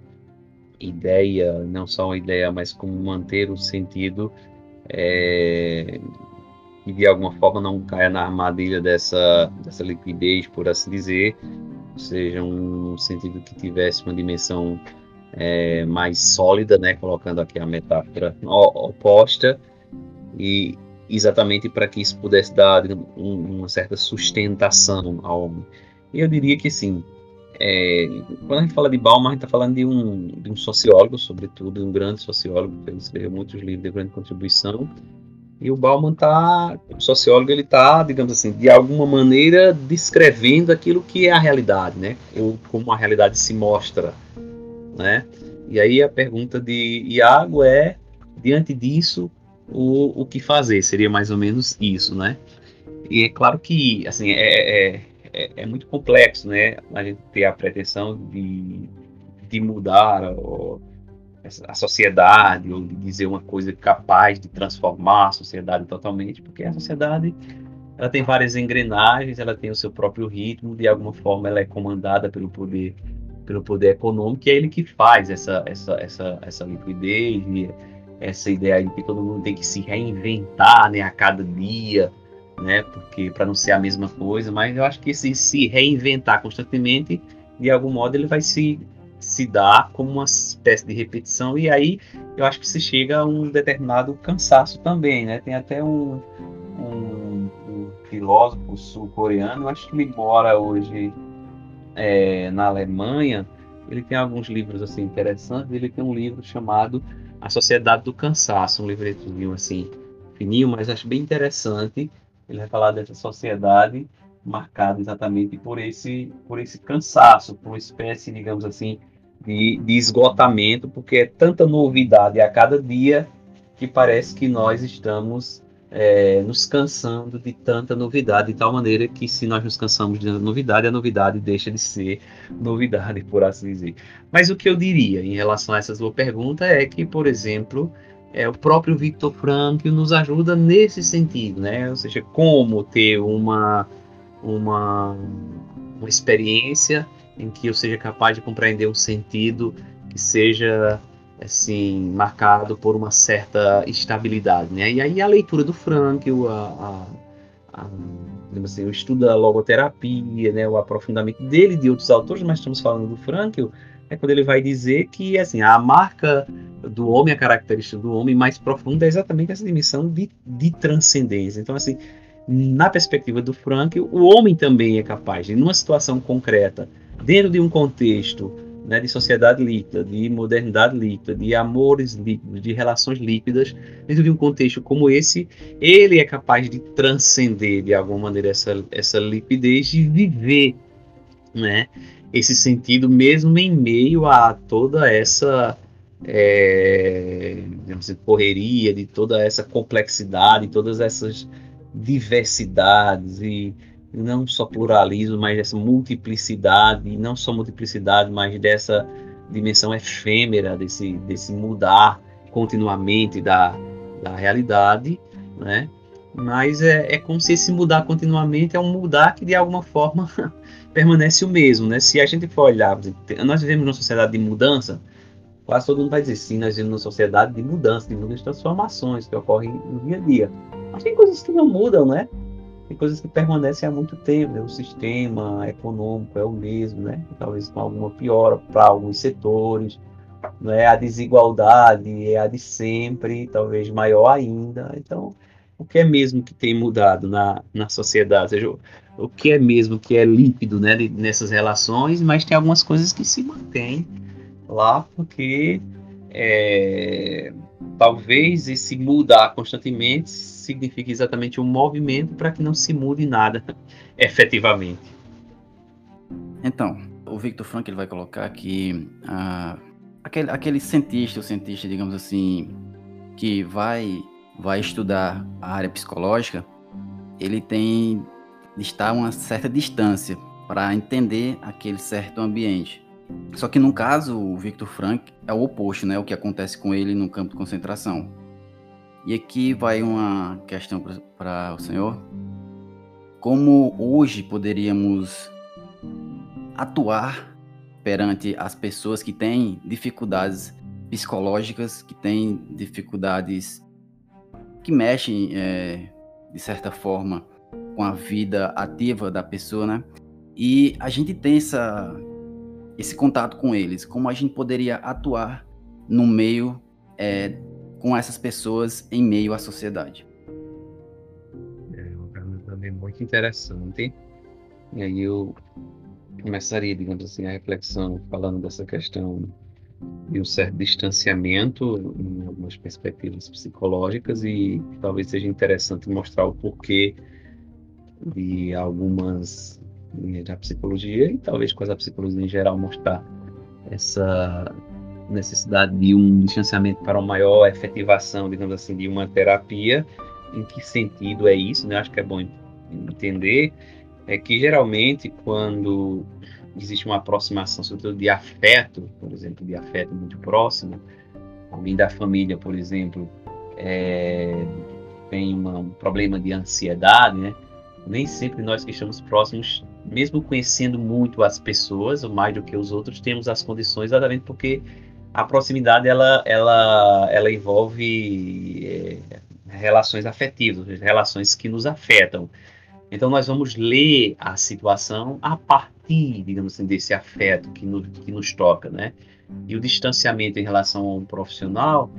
ideia, não só uma ideia, mas como manter o sentido é, que de alguma forma não caia na armadilha dessa, dessa liquidez, por assim dizer, ou seja, um sentido que tivesse uma dimensão é, mais sólida, né, colocando aqui a metáfora oposta, e exatamente para que isso pudesse dar um, uma certa sustentação ao homem. E eu diria que sim, é, quando a gente fala de Bauman, a gente está falando de um, de um sociólogo, sobretudo, um grande sociólogo, que escreveu muitos livros de grande contribuição. E o Bauman tá, o sociólogo, ele tá, digamos assim, de alguma maneira descrevendo aquilo que é a realidade, né? Ou como a realidade se mostra, né? E aí a pergunta de Iago é, diante disso, o, o que fazer? Seria mais ou menos isso, né? E é claro que, assim, é, é, é, é muito complexo, né? A gente ter a pretensão de, de mudar ou a sociedade, ou de dizer uma coisa capaz de transformar a sociedade totalmente, porque a sociedade ela tem várias engrenagens, ela tem o seu próprio ritmo, de alguma forma ela é comandada pelo poder pelo poder econômico, e é ele que faz essa essa essa essa liquidez, e essa ideia de que todo mundo tem que se reinventar, né, a cada dia, né, porque para não ser a mesma coisa, mas eu acho que esse se reinventar constantemente, de algum modo ele vai se se dá como uma espécie de repetição, e aí eu acho que se chega a um determinado cansaço também, né? Tem até um, um, um filósofo sul-coreano, acho que ele mora hoje é, na Alemanha, ele tem alguns livros assim interessantes, ele tem um livro chamado A Sociedade do Cansaço, um livretinho assim, fininho, mas acho bem interessante. Ele vai falar dessa sociedade marcada exatamente por esse, por esse cansaço, por uma espécie, digamos assim, de, de esgotamento, porque é tanta novidade a cada dia que parece que nós estamos é, nos cansando de tanta novidade, de tal maneira que se nós nos cansamos de tanta novidade, a novidade deixa de ser novidade, por assim dizer. Mas o que eu diria em relação a essa sua pergunta é que, por exemplo, é, o próprio Viktor Frankl nos ajuda nesse sentido, né? Ou seja, como ter uma, uma, uma experiência em que eu seja capaz de compreender um sentido que seja assim marcado por uma certa estabilidade, né? E aí a leitura do Frankl, a, a, assim, o estudo da logoterapia, né, o aprofundamento dele e de outros autores, mas estamos falando do Frankl, é quando ele vai dizer que assim, a marca do homem, a característica do homem mais profunda é exatamente essa dimensão de, de transcendência. Então, assim, na perspectiva do Frankl, o homem também é capaz de, numa situação concreta, dentro de um contexto, né, de sociedade líquida, de modernidade líquida, de amores líquidos, de relações líquidas, dentro de um contexto como esse, ele é capaz de transcender de alguma maneira essa, essa liquidez e viver, né, esse sentido mesmo em meio a toda essa é, digamos assim, correria, de toda essa complexidade, todas essas diversidades e não só pluralismo, mas essa multiplicidade, e não só multiplicidade, mas dessa dimensão efêmera, desse, desse mudar continuamente da, da realidade, né? Mas é, é como se esse mudar continuamente é um mudar que de alguma forma permanece o mesmo, né? Se a gente for olhar, nós vivemos numa sociedade de mudança, quase todo mundo vai dizer sim, nós vivemos numa sociedade de mudança, de mudanças, de transformações que ocorrem no dia a dia. Mas tem coisas que não mudam, né? Tem coisas que permanecem há muito tempo, né? O sistema econômico é o mesmo, né? Talvez com alguma piora para alguns setores, né? A desigualdade é a de sempre, talvez maior ainda. Então, o que é mesmo que tem mudado na, na sociedade? Ou seja, o que é mesmo que é líquido, né, nessas relações, mas tem algumas coisas que se mantêm lá porque é, talvez esse mudar constantemente signifique exatamente um movimento para que não se mude nada efetivamente. Então, o Viktor Frankl ele vai colocar que ah, aquele, aquele cientista, o cientista, digamos assim, que vai, vai estudar a área psicológica, ele tem de estar a uma certa distância para entender aquele certo ambiente. Só que no caso, o Viktor Frankl é o oposto, né? O que acontece com ele no campo de concentração. E aqui vai uma questão para o senhor. Como hoje poderíamos atuar perante as pessoas que têm dificuldades psicológicas, que têm dificuldades que mexem, é, de certa forma, com a vida ativa da pessoa, né? E a gente tem essa... esse contato com eles, como a gente poderia atuar no meio, é, com essas pessoas em meio à sociedade. É uma pergunta também muito interessante. E aí eu começaria, digamos assim, a reflexão falando dessa questão de um certo distanciamento em algumas perspectivas psicológicas e talvez seja interessante mostrar o porquê de algumas da psicologia e talvez com a psicologia em geral mostrar essa necessidade de um distanciamento para uma maior efetivação, digamos assim, de uma terapia. Em que sentido é isso, né? Acho que é bom entender é que geralmente quando existe uma aproximação, sobretudo de afeto, por exemplo, de afeto muito próximo, alguém da família, por exemplo, é, tem uma, um problema de ansiedade, né? Nem sempre nós que estamos próximos, mesmo conhecendo muito as pessoas, ou mais do que os outros, temos as condições, exatamente porque a proximidade ela, ela, ela envolve é, relações afetivas, relações que nos afetam. Então nós vamos ler a situação a partir, digamos assim, desse afeto que nos, que nos toca, né? E o distanciamento em relação a um profissional,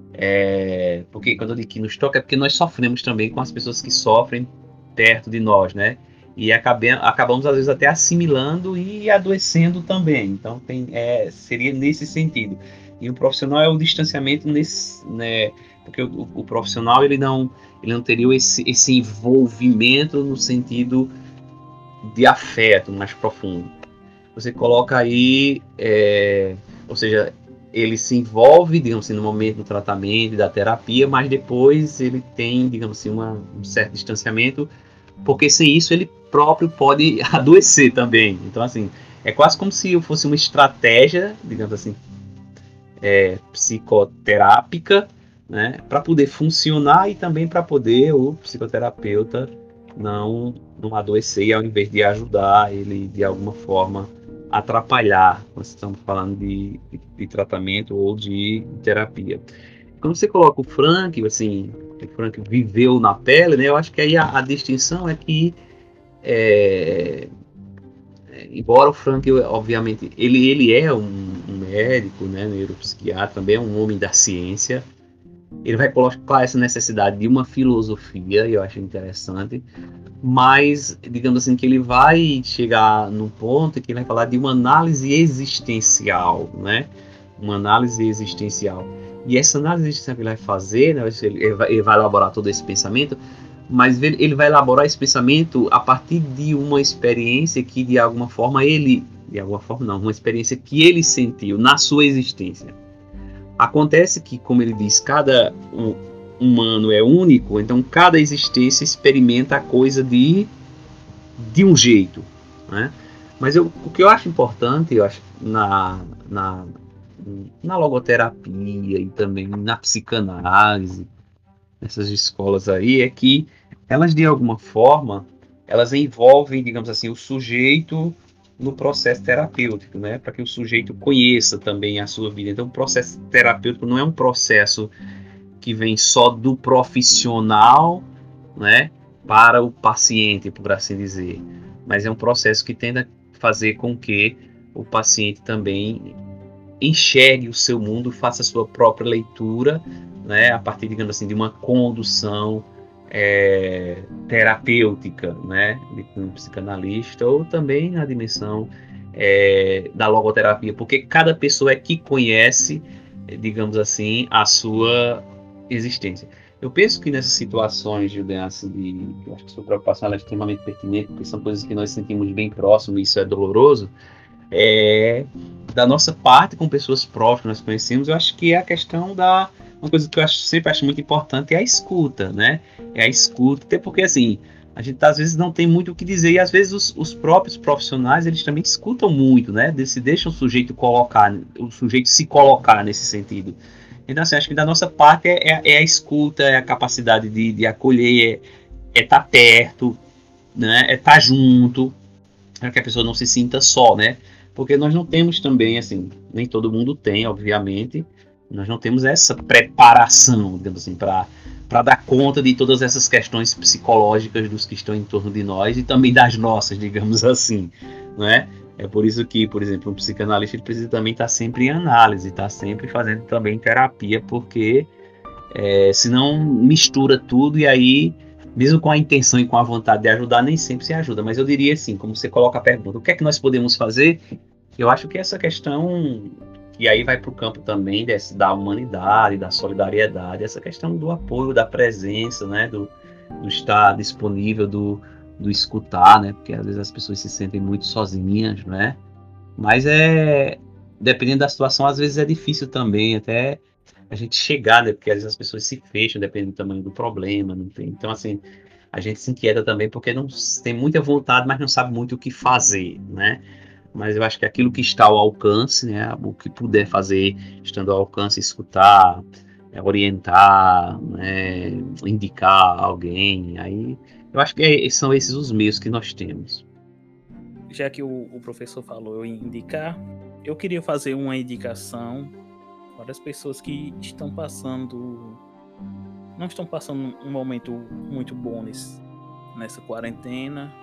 é, porque quando eu digo que nos toca, é porque nós sofremos também com as pessoas que sofrem perto de nós, né? E acabe, acabamos às vezes até assimilando e adoecendo também. Então tem, é, seria nesse sentido. E o profissional é o distanciamento nesse, né? Porque o, o profissional ele não, ele não teria esse, esse envolvimento no sentido de afeto mais profundo. Você coloca aí, é, ou seja, ele se envolve, digamos assim, no momento do tratamento e da terapia, mas depois ele tem, digamos assim, uma, um certo distanciamento, porque sem isso ele próprio pode adoecer também. Então, assim, é quase como se fosse uma estratégia, digamos assim, é, psicoterápica, né, para poder funcionar e também para poder o psicoterapeuta não, não adoecer e ao invés de ajudar ele de alguma forma atrapalhar, quando estamos falando de, de, de tratamento ou de terapia. Quando você coloca o Frankl, assim, o Frank viveu na pele, né? Eu acho que aí a, a distinção é que é, embora o Frank, obviamente, ele, ele é um, um médico, né, neuropsiquiatra, também é um homem da ciência, ele vai colocar essa necessidade de uma filosofia, e eu acho interessante, mas, digamos assim, que ele vai chegar num ponto que ele vai falar de uma análise existencial, né, uma análise existencial. E essa análise existencial que ele vai fazer, né, ele, vai, ele vai elaborar todo esse pensamento, mas ele vai elaborar esse pensamento a partir de uma experiência que, de alguma forma, ele... De alguma forma, não. Uma experiência que ele sentiu na sua existência. Acontece que, como ele diz, cada um, humano é único, então cada existência experimenta a coisa de, de um jeito, né? Mas eu, o que eu acho importante, eu acho, na, na, na logoterapia e também na psicanálise, nessas escolas aí, é que elas, de alguma forma, elas envolvem, digamos assim, o sujeito no processo terapêutico, né? Para que o sujeito conheça também a sua vida. Então, o processo terapêutico não é um processo que vem só do profissional, né, para o paciente, por assim dizer, mas é um processo que tende a fazer com que o paciente também enxergue o seu mundo, faça a sua própria leitura, né, a partir, digamos assim, de uma condução é, terapêutica, né, de um psicanalista, ou também na dimensão é, da logoterapia, porque cada pessoa é que conhece, digamos assim, a sua existência. Eu penso que nessas situações, Juliana, assim, de, eu acho que sua preocupação é extremamente pertinente, porque são coisas que nós sentimos bem próximo e isso é doloroso, é, da nossa parte, com pessoas próximas que nós conhecemos, eu acho que é a questão da... Uma coisa que eu acho, sempre acho muito importante é a escuta, né? É a escuta, até porque, assim, a gente às vezes não tem muito o que dizer, e às vezes os, os próprios profissionais, eles também escutam muito, né? Se deixam o sujeito colocar, o sujeito se colocar nesse sentido. Então, assim, acho que da nossa parte é, é, é a escuta, é a capacidade de, de acolher, é estar tá perto, né? É estar tá junto, para que a pessoa não se sinta só, né? Porque nós não temos também, assim, nem todo mundo tem, obviamente, nós não temos essa preparação, digamos assim, para para dar conta de todas essas questões psicológicas dos que estão em torno de nós e também das nossas, digamos assim, né? É por isso que, por exemplo, um psicanalista ele precisa também estar sempre em análise, estar sempre fazendo também terapia, porque é, senão mistura tudo e aí, mesmo com a intenção e com a vontade de ajudar, nem sempre se ajuda. Mas eu diria assim, como você coloca a pergunta, o que é que nós podemos fazer? Eu acho que essa questão, que aí vai para o campo também desse, da humanidade, da solidariedade, essa questão do apoio, da presença, né, do, do estar disponível, do, do escutar, né, porque às vezes as pessoas se sentem muito sozinhas, né, mas é, dependendo da situação, às vezes é difícil também, até a gente chegar, né, porque às vezes as pessoas se fecham, dependendo do tamanho do problema, não tem, então assim, a gente se inquieta também porque não tem muita vontade, mas não sabe muito o que fazer, né? Mas eu acho que aquilo que está ao alcance, né, o que puder fazer, estando ao alcance, escutar, é, orientar, né, indicar alguém, aí eu acho que é, são esses os meios que nós temos. Já que o, o professor falou em indicar, eu queria fazer uma indicação para as pessoas que estão passando, não estão passando um momento muito bom nesse, nessa quarentena.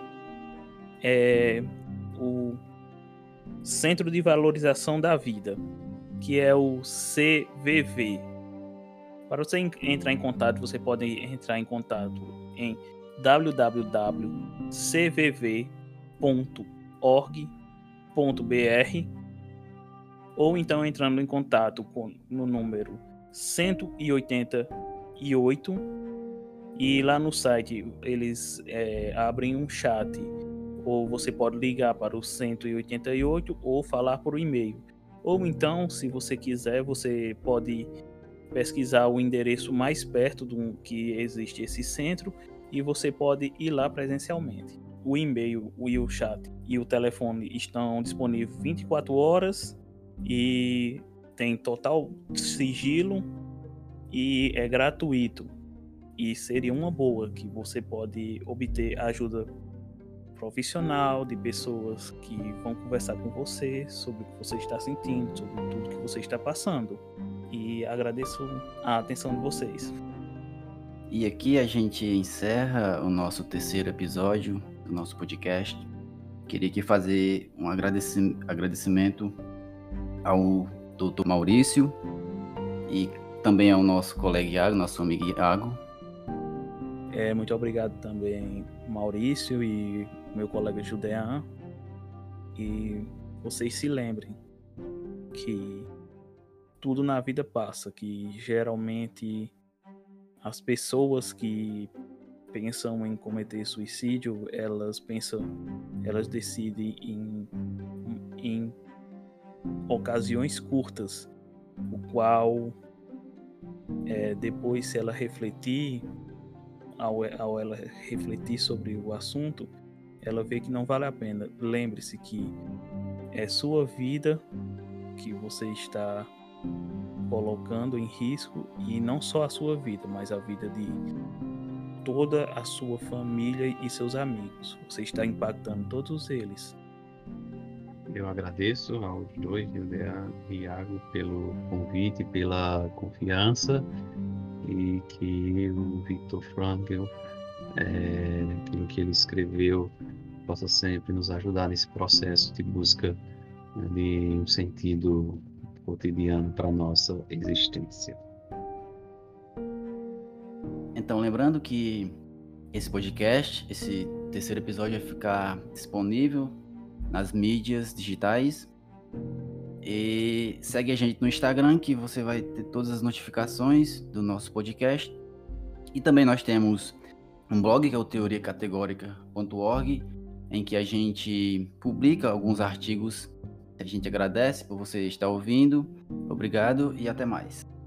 É o Centro de Valorização da Vida, que é o C V V. Para você entrar em contato, você pode entrar em contato em w w w ponto c v v ponto org ponto b r ou então entrando em contato com, no número cento e oitenta e oito, e lá no site eles é, abrem um chat, ou você pode ligar para o cento e oitenta e oito ou falar por e-mail. Ou então, se você quiser, você pode pesquisar o endereço mais perto do que existe esse centro e você pode ir lá presencialmente. O e-mail, o chat e o telefone estão disponíveis vinte e quatro horas e tem total sigilo e é gratuito. E seria uma boa que você pode obter ajuda profissional de pessoas que vão conversar com você sobre o que você está sentindo, sobre tudo que você está passando. E agradeço a atenção de vocês. E aqui a gente encerra o nosso terceiro episódio do nosso podcast. Queria aqui fazer um agradeci- agradecimento ao doutor Maurício e também ao nosso colega Iago, nosso amigo Iago. É, muito obrigado também, Maurício e meu colega Judean. E vocês se lembrem que tudo na vida passa, que geralmente as pessoas que pensam em cometer suicídio, elas pensam, elas decidem em, em ocasiões curtas, o qual é, depois, se ela refletir, ao, ao ela refletir sobre o assunto, ela vê que não vale a pena. Lembre-se que é sua vida que você está colocando em risco, e não só a sua vida, mas a vida de toda a sua família e seus amigos. Você está impactando todos eles. Eu agradeço aos dois, Judean e Iago, pelo convite, pela confiança, e que o Viktor Frankl, é, aquilo que ele escreveu, possa sempre nos ajudar nesse processo de busca, né, de um sentido cotidiano para a nossa existência. Então, lembrando que esse podcast, esse terceiro episódio vai ficar disponível nas mídias digitais. E segue a gente no Instagram, que você vai ter todas as notificações do nosso podcast. E também nós temos um blog, que é o teoria categórica ponto org, em que a gente publica alguns artigos. A gente agradece por você estar ouvindo. Obrigado e até mais.